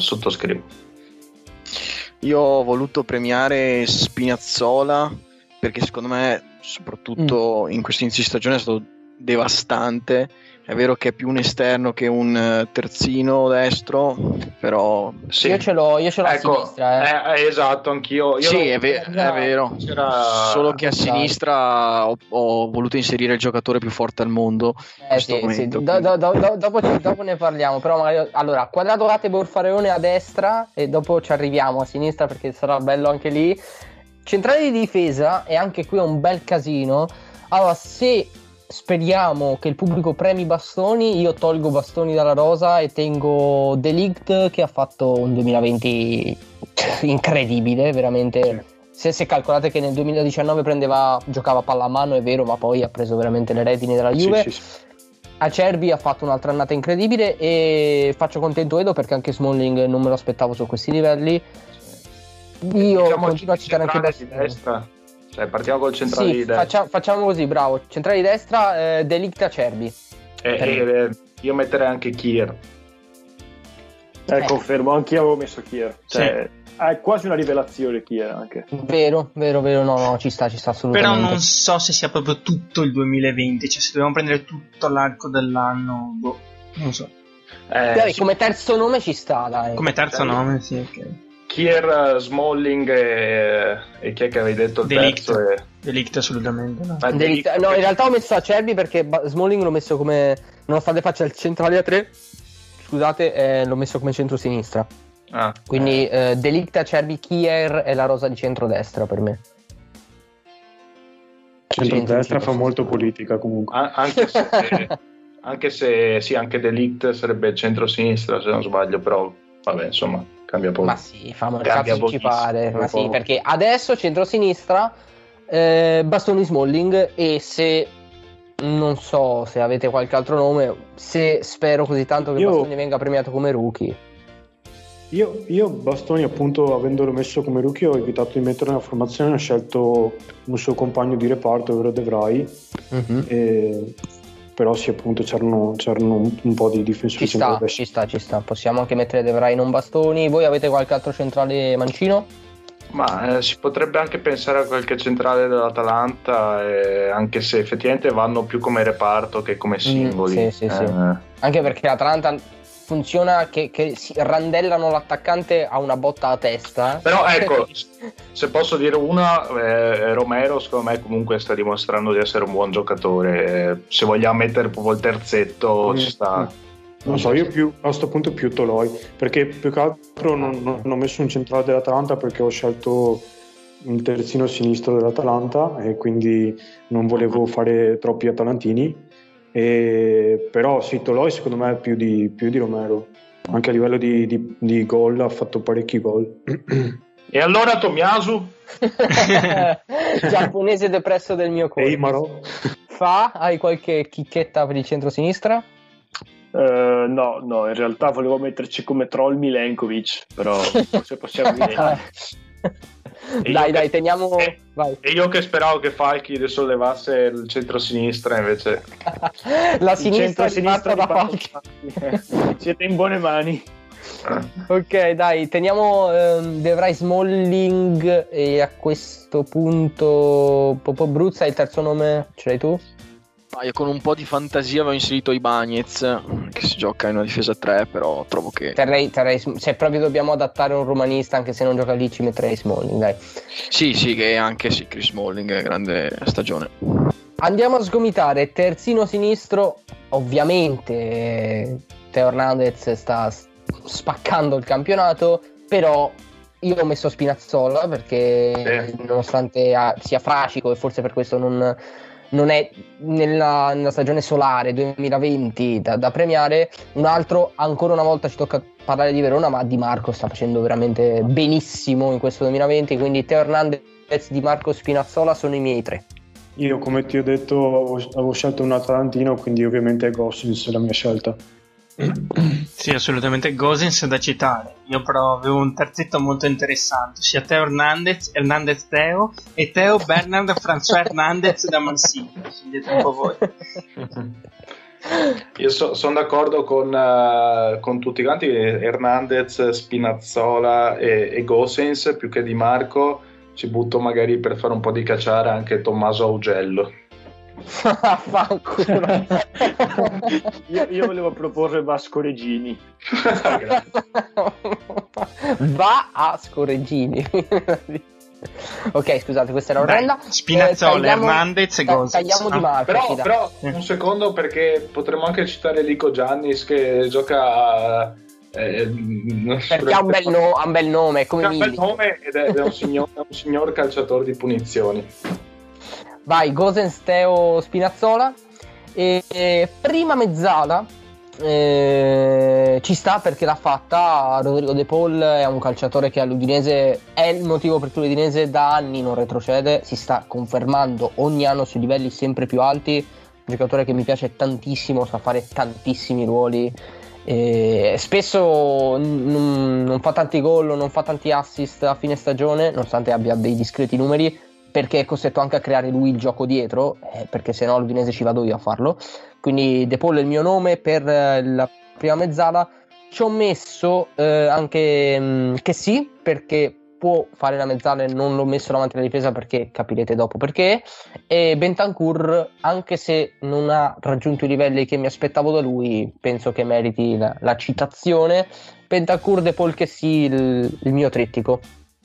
Io ho voluto premiare Spinazzola perché secondo me, soprattutto in questo inizio di stagione, è stato devastante. È vero che è più un esterno che un terzino destro, però sì. Io ce l'ho a sinistra. Esatto, anch'io. Sì, è vero. Solo che a sinistra ho voluto inserire il giocatore più forte al mondo. Sì. Dopo ne parliamo, però magari allora Quadrato, Latte, Borfareone a destra e dopo ci arriviamo a sinistra perché sarà bello anche lì. Centrale di difesa, e anche qui è un bel casino. Allora, se speriamo che il pubblico premi Bastoni, io tolgo Bastoni dalla rosa e tengo De Ligt, che ha fatto un 2020 incredibile, veramente. Se calcolate che nel 2019 giocava pallamano, è vero, ma poi ha preso veramente le redini della Juve. Sì. Acerbi ha fatto un'altra annata incredibile e faccio contento Edo perché anche Smalling non me lo aspettavo su questi livelli. Io continuo a citare anche destra. Cioè, partiamo col centrale di destra. Facciamo così, bravo. Centrale di destra, De Ligt, Acerbi. Io metterei anche Kier. Confermo, anch'io avevo messo Kier. Cioè, è quasi una rivelazione Kier anche. Vero, no, ci sta assolutamente. Però non so se sia proprio tutto il 2020, cioè se dobbiamo prendere tutto l'arco dell'anno, non so. Come terzo nome ci sta, dai. Come terzo nome, sì, ok. Kier, Smalling e chi è che avevi detto il terzo? De Ligt assolutamente no. No, in realtà ho messo Acerbi perché Smalling l'ho messo come, nonostante faccia il centrale a 3, scusate, l'ho messo come centro-sinistra. Quindi De Ligt, Acerbi, Kier è la rosa di centrodestra per me. Centrodestra fa molto politica comunque. Anche se sì, anche De Ligt sarebbe centro-sinistra se non sbaglio, però vabbè, insomma, cambia poco. Ma sì, famo il cazzo ci pare. Ma sì, perché adesso centro-sinistra, Bastoni, Smalling, e se non so se avete qualche altro nome, se spero così tanto che Bastoni venga premiato come rookie. Io Bastoni, appunto, avendolo messo come rookie, ho evitato di metterlo nella formazione, ho scelto un suo compagno di reparto, ovvero De Vrij. Però sì, appunto c'erano un po' di difensori. Ci sta. Possiamo anche mettere De Vrij, non Bastoni. Voi avete qualche altro centrale mancino? Ma si potrebbe anche pensare a qualche centrale dell'Atalanta, anche se effettivamente vanno più come reparto che come singoli. Sì. Anche perché l'Atalanta funziona che si randellano l'attaccante a una botta a testa. Però ecco, se posso dire una, Romero secondo me comunque sta dimostrando di essere un buon giocatore. Se vogliamo mettere proprio il terzetto ci sta. Non so, io a questo punto più Toloi, perché più che altro non ho messo un centrale dell'Atalanta perché ho scelto un terzino sinistro dell'Atalanta e quindi non volevo fare troppi atalantini. Però sì, Toloi secondo me è più di Romero, anche a livello di gol ha fatto parecchi gol. E allora Tomiyasu? Giapponese depresso del mio cuore. Eimaro? Hai qualche chicchetta per il centro-sinistra? No, in realtà volevo metterci come troll Milenkovic, però forse possiamo vedere. Dai, teniamo. Vai. E io che speravo che Falchi sollevasse il centro-sinistra, invece la sinistra da Falchi. Siete in buone mani. Ok, dai, teniamo De Vrij, Smalling e a questo punto Bruzza, il terzo nome ce l'hai tu? Io con un po' di fantasia avevo inserito Ibañez, che si gioca in una difesa 3, però trovo che terrei se proprio dobbiamo adattare un romanista, anche se non gioca lì, ci metterei Smalling, dai. Sì, che anche Chris Smalling, grande stagione. Andiamo a sgomitare terzino sinistro. Ovviamente Theo Hernandez sta spaccando il campionato, però io ho messo Spinazzola perché nonostante sia fracico e forse per questo non è nella stagione solare 2020 da premiare. Un altro, ancora una volta ci tocca parlare di Verona, ma Di Marco sta facendo veramente benissimo in questo 2020, quindi Theo Hernandez, Di Marco, Spinazzola sono i miei tre. Io, come ti ho detto, avevo scelto un atalantino, quindi ovviamente Gosens è la mia scelta. Sì, assolutamente Gosens da citare. Io però avevo un terzetto molto interessante, sia Theo Hernandez Theo e Theo Bernard François Hernandez da Man City. Scegliete un po' voi. Io sono d'accordo con tutti quanti. Hernandez, Spinazzola e Gosens più che Di Marco. Ci butto magari per fare un po' di cacciare anche Tommaso Augello. Fanculo. Io volevo proporre Vasco Regini. Va a Scorreggini. Ok, scusate, questa era orrenda. Spinazzola, Hernandez e Gosens. Tagliamo di marca. Però un secondo, perché potremmo anche citare Lico Giannis che gioca perché ha un bel nome, come ha un bel nome ed è un signor calciatore di punizioni. Vai, Gosens, Teo, Spinazzola. E prima mezzala ci sta perché l'ha fatta Rodrigo De Paul, è un calciatore che all'Udinese è il motivo per cui l'Udinese da anni non retrocede, si sta confermando ogni anno su livelli sempre più alti, un giocatore che mi piace tantissimo, sa fare tantissimi ruoli, spesso non fa tanti gol, non fa tanti assist a fine stagione nonostante abbia dei discreti numeri, perché è costretto anche a creare lui il gioco dietro, perché se no l'Udinese ci vado io a farlo. Quindi De Paul è il mio nome per la prima mezzala. Ci ho messo anche che sì, perché può fare la mezzala e non l'ho messo davanti alla difesa perché capirete dopo perché. E Bentancur, anche se non ha raggiunto i livelli che mi aspettavo da lui, penso che meriti la citazione. Bentancur, De Paul, che sì, il mio trittico.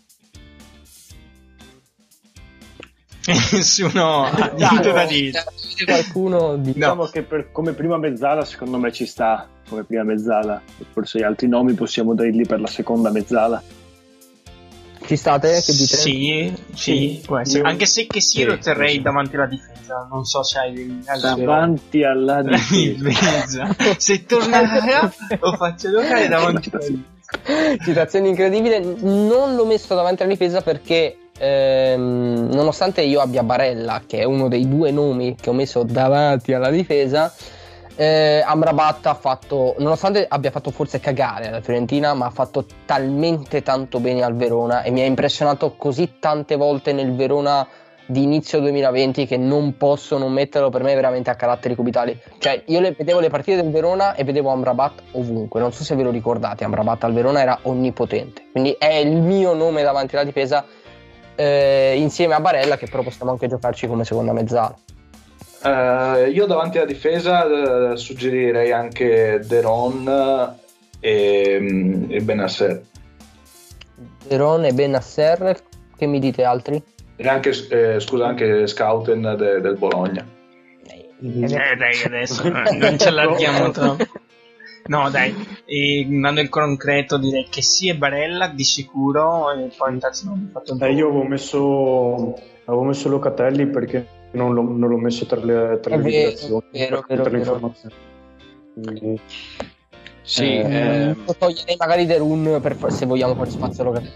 Nessuno ha niente da dire. Qualcuno diciamo che come prima mezzala secondo me ci sta come prima mezzala, forse gli altri nomi possiamo darli per la seconda mezzala. Ci state? Che dite? Sì, può essere. Anche se che sì, lo terrei davanti alla difesa, non so se hai degli altri davanti alla difesa. Se tornerà lo faccio giocare davanti alla difesa. Citazione incredibile. Non l'ho messo davanti alla difesa perché nonostante io abbia Barella, che è uno dei due nomi che ho messo davanti alla difesa, Amrabat ha fatto, nonostante abbia fatto forse cagare alla Fiorentina, ma ha fatto talmente tanto bene al Verona e mi ha impressionato così tante volte nel Verona di inizio 2020 che non posso non metterlo. Per me veramente a caratteri cubitali. Cioè io vedevo le partite del Verona e vedevo Amrabat ovunque, non so se ve lo ricordate, Amrabat al Verona era onnipotente, quindi è il mio nome davanti alla difesa, insieme a Barella, che però possiamo anche giocarci come seconda mezzala. Io davanti alla difesa suggerirei anche Deron e Benasser. Deron e Benasser, che mi dite altri? E anche anche Scouten del Bologna. Dai, adesso non ci allarghiamo troppo. No, dai, andando il concreto direi che sì, è Barella di sicuro, e poi non ho fatto io avevo messo Locatelli perché non l'ho messo tra le indicazioni, tra le informazioni. Quindi, sì, toglierei magari Derun se vogliamo fare spazio a Locatelli.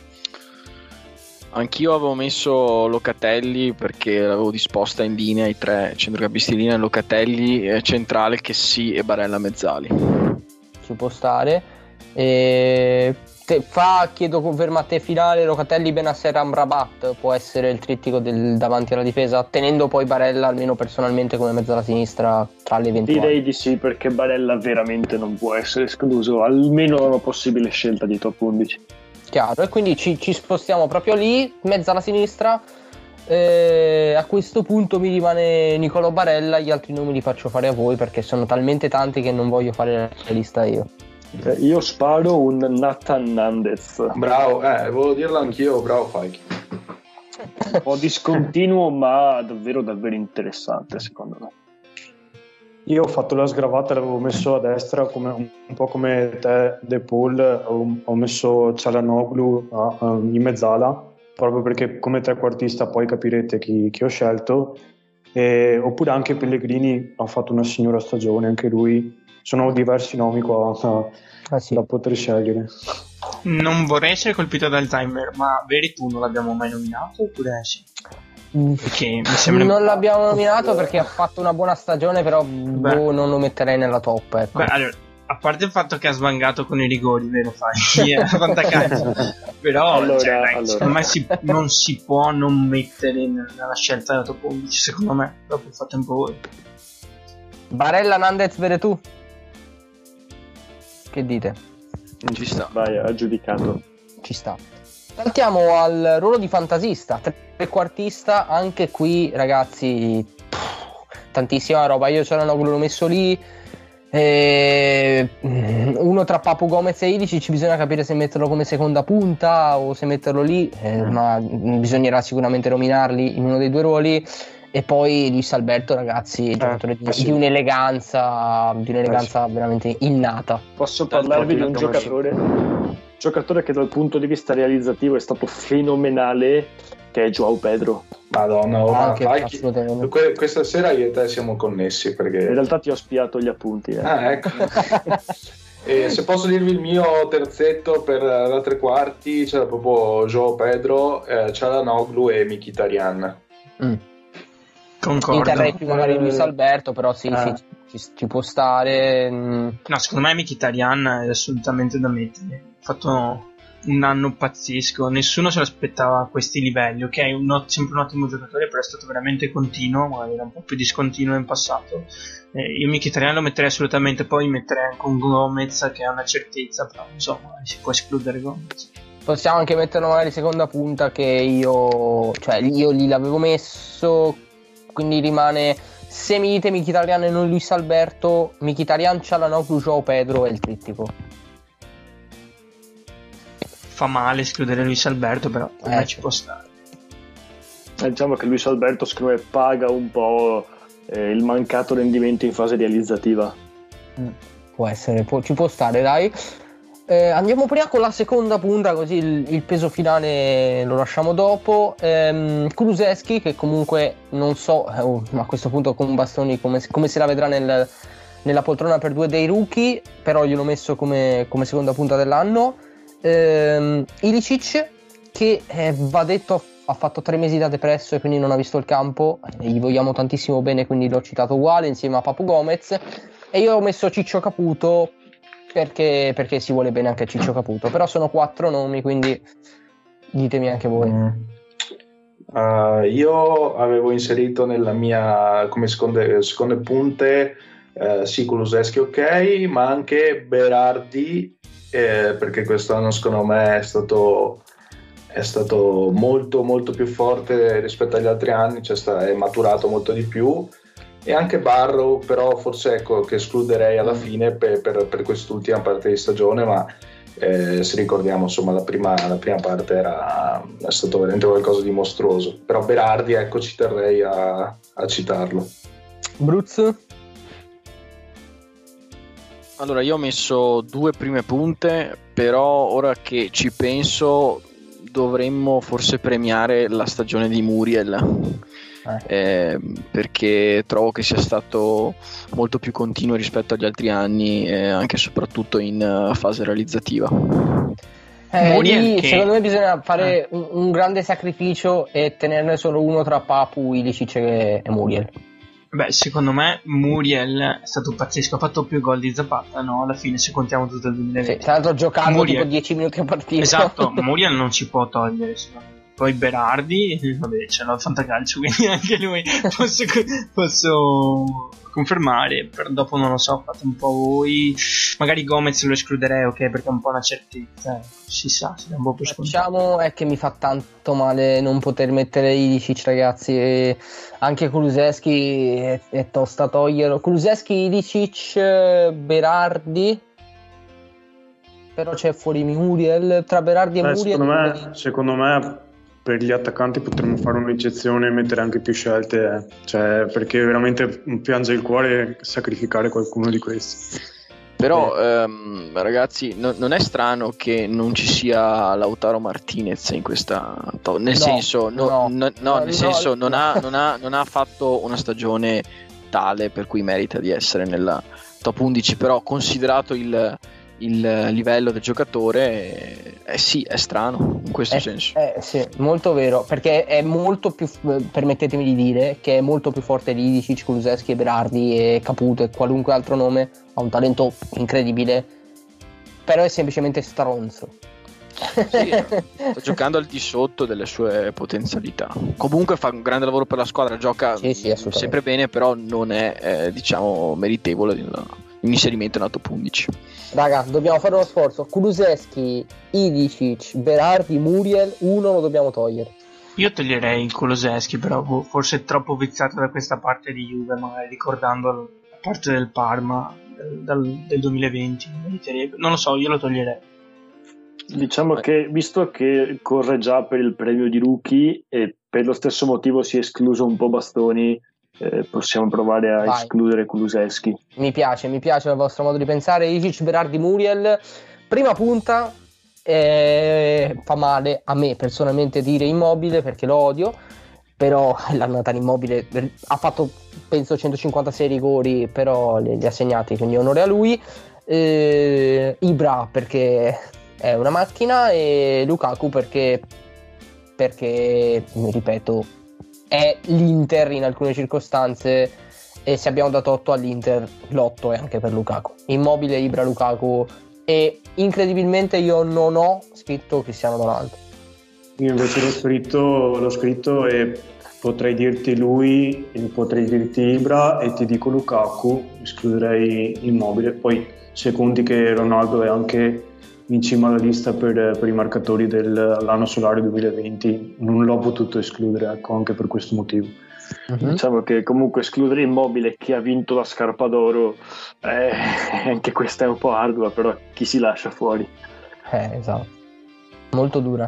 Anch'io avevo messo Locatelli perché l'avevo disposta in linea, i tre centrocampisti in linea, Locatelli centrale, che sì, e Barella mezzali. Ci può stare. Chiedo conferma a te finale, Locatelli, Benasser, Amrabat può essere il trittico davanti alla difesa, tenendo poi Barella almeno personalmente come mezzala sinistra tra le eventuali. Direi di sì, perché Barella veramente non può essere escluso, almeno una possibile scelta di top 11. Chiaro, e quindi ci spostiamo proprio lì, mezza alla sinistra. A questo punto mi rimane Nicolò Barella, gli altri nomi li faccio fare a voi perché sono talmente tanti che non voglio fare la lista io. Io sparo un Nathan Nandez. Bravo, volevo dirlo anch'io, bravo Faiki. Un po' discontinuo ma davvero interessante secondo me. Io ho fatto la sgravata, l'avevo messo a destra un po' come te, De Paul, ho messo Çalhanoğlu in mezzala, proprio perché come trequartista poi capirete chi ho scelto, oppure anche Pellegrini ha fatto una signora stagione, anche lui, sono diversi nomi qua da poter scegliere. Non vorrei essere colpito da Alzheimer, ma Veretù non l'abbiamo mai nominato oppure sì? Perché mi sembra non l'abbiamo nominato perché ha fatto una buona stagione, però non lo metterei nella top, ecco. Beh, allora, a parte il fatto che ha svangato con i rigori, vero fantacalcio, però secondo me non si può non mettere nella scelta della top 11, secondo me, proprio fate un po' voi. Barella, Nandez, Veretù, che dite? Ci sta. Vai, ha giudicato. Ci sta. Saltiamo al ruolo di fantasista, trequartista. Anche qui, ragazzi, tantissima roba. Io Çalhanoğlu l'ho messo lì, uno tra Papu Gomez e Ilicic, bisogna capire se metterlo come seconda punta o se metterlo lì, ma bisognerà sicuramente nominarli in uno dei due ruoli. E poi Luis Alberto, ragazzi, giocatore di un'eleganza veramente innata. Posso parlarvi di un giocatore che dal punto di vista realizzativo è stato fenomenale, che è João Pedro. Madonna, questa sera io e te siamo connessi, perché in realtà ti ho spiato gli appunti. Ecco. E se posso dirvi il mio terzetto per la tre quarti, c'era proprio João Pedro, Çalhanoğlu e Mkhitaryan. Concordo. Interrei più magari Luis Alberto, però sì, ci può stare. No, secondo me Mkhitaryan è assolutamente da mettere. Ha fatto un anno pazzesco, nessuno se l'aspettava a questi livelli. Ok, sempre un ottimo giocatore, però è stato veramente continuo, magari era un po' più discontinuo in passato. Io Mkhitaryan lo metterei assolutamente, poi metterei anche un Gomez che è una certezza, però insomma si può escludere Gomez. Possiamo anche metterlo magari seconda punta, che io lì l'avevo messo, quindi rimane, se mi dite Mkhitaryan e non Luis Alberto, Mkhitaryan, Çalhanoğlu, João Pedro è il trittico. Fa male escludere Luis Alberto, però ci può stare. Diciamo che Luis Alberto secondo me paga un po' il mancato rendimento in fase realizzativa. Può essere, ci può stare, dai. Andiamo prima con la seconda punta, così il peso finale lo lasciamo dopo. Kulusevski, che comunque non so, a questo punto con bastoni come se la vedrà nella poltrona per 2 dei rookie, però gliel'ho messo come seconda punta dell'anno. Ilicic, che va detto ha fatto 3 mesi da depresso e quindi non ha visto il campo, gli vogliamo tantissimo bene, quindi l'ho citato uguale insieme a Papu Gomez. E io ho messo Ciccio Caputo perché si vuole bene anche a Ciccio Caputo, però sono 4 nomi, quindi ditemi anche voi. Io avevo inserito nella mia come seconde punte Kulusevski, ok, ma anche Berardi, perché quest'anno secondo me è stato molto molto più forte rispetto agli altri anni, è maturato molto di più. E anche Barrow, però forse che escluderei alla fine per quest'ultima parte di stagione, ma se ricordiamo insomma la prima parte è stato veramente qualcosa di mostruoso. Però Berardi, ci terrei a citarlo. Bruz? Allora, io ho messo 2 prime punte, però ora che ci penso dovremmo forse premiare la stagione di Muriel. Perché trovo che sia stato molto più continuo rispetto agli altri anni, anche e soprattutto in fase realizzativa. Secondo me bisogna fare un grande sacrificio e tenerne solo uno tra Papu, Ilicic e Muriel. Beh, secondo me Muriel è stato pazzesco, ha fatto più gol di Zapata, no? Alla fine, se contiamo tutto il 2020. Sì, tra l'altro giocando tipo 10 minuti a partita. Esatto, Muriel non si può togliere, poi Berardi, vabbè, c'è la fantacalcio, quindi anche lui posso confermare, però dopo non lo so, fate un po' voi. Magari Gomez lo escluderei, ok, perché è un po' una certezza, si sa, si dà un po' più scontato. Diciamo è che mi fa tanto male non poter mettere Ilicic, ragazzi, e anche Kulusevski è tosta toglierlo. Kulusevski, Ilicic, Berardi, però c'è fuori Muriel, tra Berardi e Muriel. Secondo me per gli attaccanti potremmo fare un'eccezione e mettere anche più scelte, perché veramente piange il cuore sacrificare qualcuno di questi. Però ragazzi, non è strano che non ci sia Lautaro Martinez in questa nel senso non ha fatto una stagione tale per cui merita di essere nella top 11, però considerato il livello del giocatore, sì, è strano in questo senso. Sì, molto vero, perché è molto più, permettetemi di dire, che è molto più forte di Ilicic, Kulusevski e Berardi e Caputo e qualunque altro nome. Ha un talento incredibile, però è semplicemente stronzo. Sì, sta giocando al di sotto delle sue potenzialità. Comunque fa un grande lavoro per la squadra, gioca sempre bene, però non è diciamo meritevole di un inserimento nella top 11. Raga, dobbiamo fare uno sforzo. Kulusevski, Ilicic, Berardi, Muriel, uno lo dobbiamo togliere. Io toglierei Kulusevski, però forse è troppo viziato da questa parte di Juve, magari ricordando la parte del Parma del 2020. Non lo so, io lo toglierei. Diciamo che, visto che corre già per il premio di rookie e per lo stesso motivo si è escluso un po' Bastoni, possiamo provare a escludere Kulusevski. Mi piace il vostro modo di pensare. Ilicic, Berardi, Muriel, prima punta. Fa male a me personalmente dire Immobile perché lo odio, però l'annata in Immobile ha fatto penso 156 rigori, però li ha segnati, quindi onore a lui. Ibra perché è una macchina, e Lukaku perché ripeto è l'Inter in alcune circostanze, e se abbiamo dato 8 all'Inter, l'8 è anche per Lukaku. Immobile, Ibra, Lukaku. E incredibilmente io non ho scritto Cristiano Ronaldo. Io invece l'ho scritto e potrei dirti lui, e potrei dirti Ibra e ti dico Lukaku, escluderei Immobile. Poi secondi che Ronaldo è anche in cima alla lista per i marcatori dell'anno solare 2020, non l'ho potuto escludere, ecco, anche per questo motivo. Diciamo che comunque escludere Immobile, che ha vinto la scarpa d'oro, anche questa è un po' ardua, però chi si lascia fuori? Esatto, molto dura.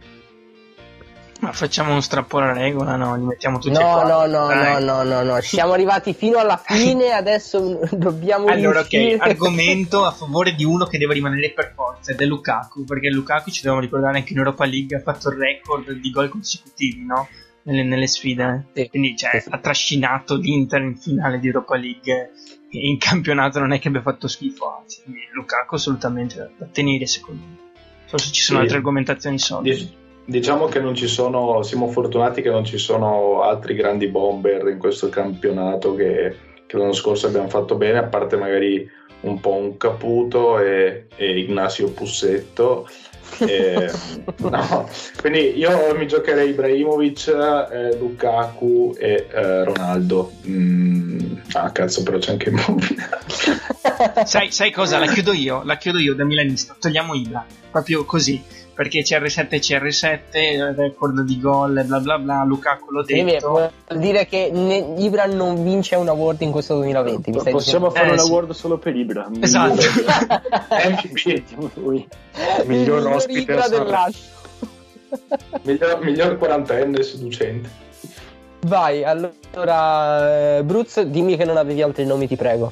Ma facciamo uno strappo alla regola, no? Li mettiamo tutti No, siamo arrivati fino alla fine, adesso dobbiamo allora riuscire. ok, argomento a favore di uno che deve rimanere per forza, ed è Lukaku, perché Lukaku, ci dobbiamo ricordare, anche in Europa League ha fatto il record di gol consecutivi, no? Nelle sfide, quindi ha trascinato l'Inter in finale di Europa League, e in campionato non è che abbia fatto schifo, anzi, quindi Lukaku assolutamente da tenere, secondo me. Forse ci sono altre argomentazioni solide. Diciamo che non ci sono, siamo fortunati che non ci sono altri grandi bomber in questo campionato che l'anno scorso abbiamo fatto bene, a parte magari un po' un Caputo e Ignacio Pussetto. No, quindi io mi giocherei Ibrahimovic, Lukaku e Ronaldo. Cazzo, però c'è anche Immobile. sai cosa? La chiudo io da milanista. Togliamo Ibra, proprio così, perché CR7, record di gol, bla bla bla. Lukaku l'ho detto. Vuol dire che Ibra non vince un award in questo 2020. Possiamo fare un award solo per Ibra. Esatto. Miglior ospite Ibra dell'anno. miglior quarantenne seducente. Vai, allora Bruz, dimmi che non avevi altri nomi, ti prego.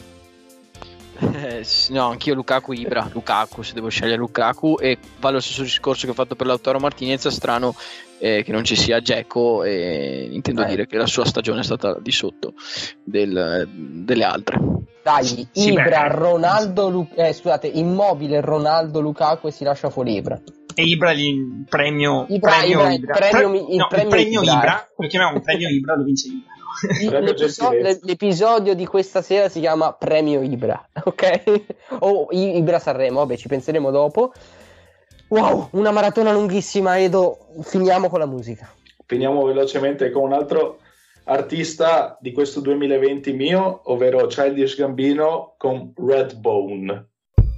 No, anch'io Lukaku, Ibra. Lukaku, se devo scegliere Lukaku, e va lo stesso discorso che ho fatto per Lautaro Martinez. Strano che non ci sia Dzeko, e intendo dire che la sua stagione è stata di sotto delle altre. Dai, Ibra, Ronaldo, Immobile, Ronaldo, Lukaku, e si lascia fuori Ibra. E Ibra il premio Ibra. Il premio Ibra, lo chiamiamo premio Ibra, lo vince Ibra. L'episodio di questa sera si chiama Premio Ibra, ok? O Ibra Sanremo, vabbè, ci penseremo dopo. Wow, una maratona lunghissima, Edo. Finiamo con la musica. Finiamo velocemente con un altro artista di questo 2020 mio, ovvero Childish Gambino con Redbone.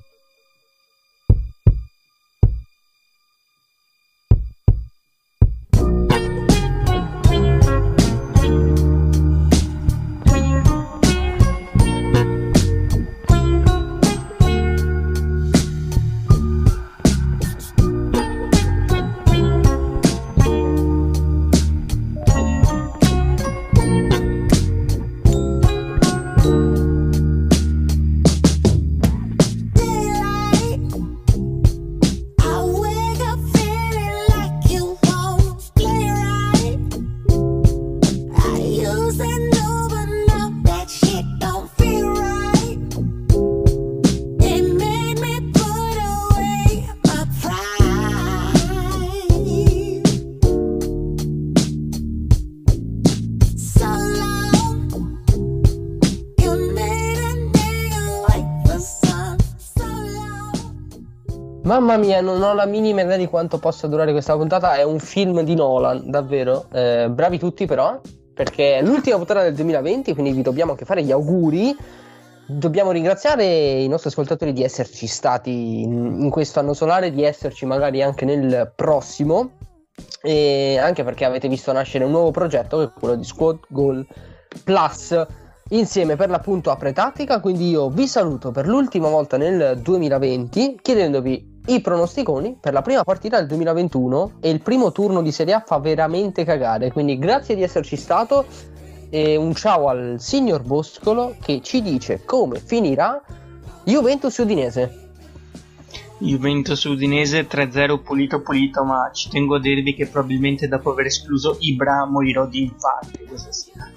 Mamma mia, non ho la minima idea di quanto possa durare questa puntata. È un film di Nolan, davvero. Bravi tutti però, perché è l'ultima puntata del 2020, quindi vi dobbiamo anche fare gli auguri. Dobbiamo ringraziare i nostri ascoltatori di esserci stati in questo anno solare, di esserci magari anche nel prossimo. e anche perché avete visto nascere un nuovo progetto che è quello di Squad Goal Plus insieme per l'appunto a Pretattica. Quindi io vi saluto per l'ultima volta nel 2020 chiedendovi i pronosticoni per la prima partita del 2021 e il primo turno di Serie A fa veramente cagare, quindi grazie di esserci stato e un ciao al signor Boscolo che ci dice come finirà Juventus-Udinese. Juventus-Udinese 3-0 pulito, ma ci tengo a dirvi che probabilmente dopo aver escluso Ibra morirò di infarto questa sera.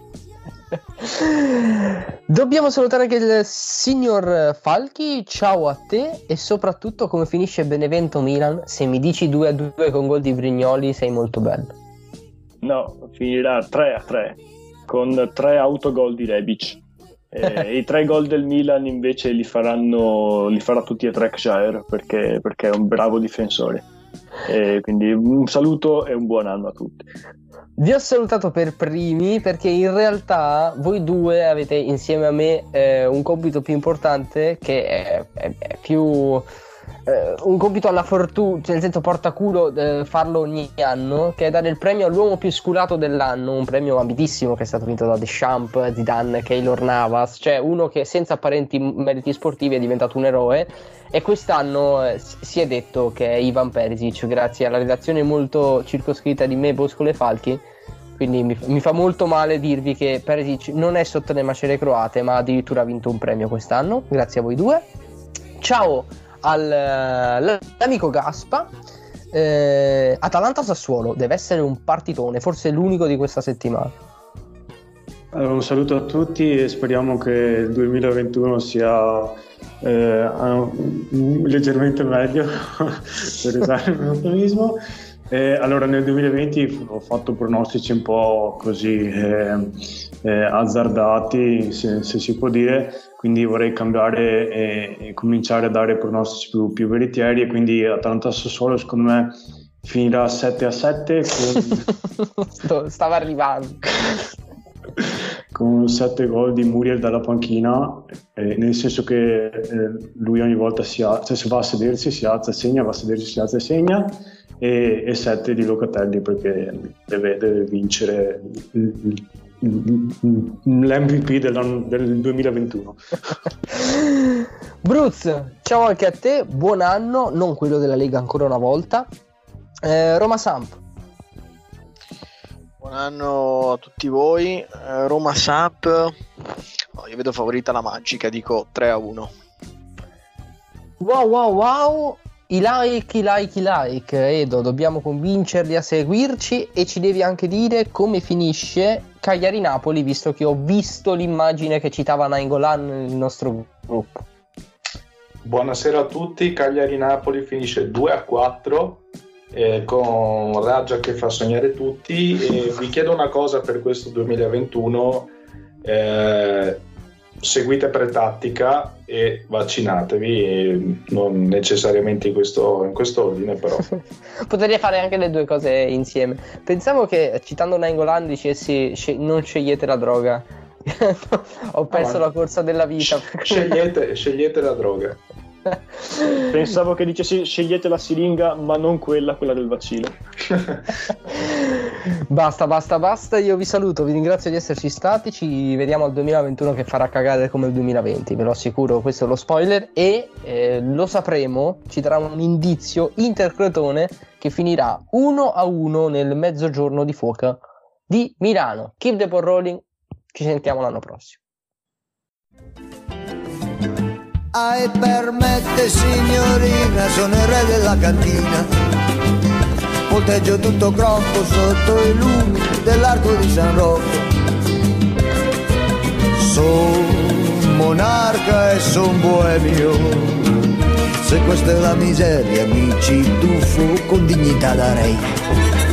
Dobbiamo salutare anche il signor Falchi, ciao a te e soprattutto come finisce Benevento Milan. Se mi dici 2-2 con gol di Brignoli sei molto bello. No, finirà 3-3 con 3 autogol di Rebic. I 3 gol del Milan invece li farà tutti e 3 Kjaer perché è un bravo difensore. Quindi un saluto e un buon anno a tutti. Vi ho salutato per primi perché in realtà voi due avete insieme a me un compito più importante che è più un compito alla fortuna, cioè nel senso portaculo farlo ogni anno, che è dare il premio all'uomo più sculato dell'anno, un premio ambitissimo che è stato vinto da Deschamps, Zidane, Keylor Navas, cioè uno che senza apparenti meriti sportivi è diventato un eroe. E quest'anno si è detto che è Ivan Perisic, grazie alla redazione molto circoscritta di me, Boscolo e Falchi. Quindi mi fa molto male dirvi che Perisic non è sotto le macerie croate, ma addirittura ha vinto un premio quest'anno, grazie a voi due. Ciao all'amico Gaspa. Atalanta-Sassuolo deve essere un partitone, forse l'unico di questa settimana. Allora, un saluto a tutti e speriamo che il 2021 sia leggermente meglio per usare il mio ottimismo. Allora nel 2020 ho fatto pronostici un po' così azzardati, se si può dire, quindi vorrei cambiare e cominciare a dare pronostici più veritieri, e quindi Atalanta-Sassuolo secondo me finirà 7-7 stava arrivando con 7 gol di Muriel dalla panchina, nel senso che lui ogni volta si alza, se va a sedersi si alza e segna, va a sedersi si alza e segna, e 7 di Locatelli perché deve vincere l'MVP del 2021. Bruz, ciao anche a te, buon anno, non quello della Lega ancora una volta. Roma Samp. Buon anno a tutti voi. Roma Samp, io vedo favorita la Magica, dico 3-1. Wow, i like, Edo, dobbiamo convincerli a seguirci e ci devi anche dire come finisce Cagliari-Napoli, visto che ho visto l'immagine che citava Nainggolan nel nostro gruppo. Buonasera a tutti, Cagliari-Napoli finisce 2-4 con Raja che fa sognare tutti, e vi chiedo una cosa per questo 2021, seguite Pretattica e vaccinatevi, e non necessariamente in questo ordine, però potrei fare anche le due cose insieme. Pensavo che citando Nainggolan dicessi non scegliete la droga. Ho perso la corsa della vita. Scegliete la droga. Pensavo che dicessi scegliete la siringa, ma non quella del vaccino. Basta, io vi saluto, vi ringrazio di esserci stati, ci vediamo al 2021 che farà cagare come il 2020, ve lo assicuro, questo è lo spoiler, e lo sapremo, ci darà un indizio Inter-Crotone che finirà 1-1 nel mezzogiorno di fuoca di Milano. Keep the ball rolling, ci sentiamo l'anno prossimo. Permette signorina, sono il re della cantina, volteggio tutto crocco sotto i lumi dell'arco di San Rocco. Son monarca e son boemio, se questa è la miseria mi ci tuffo con dignità da re.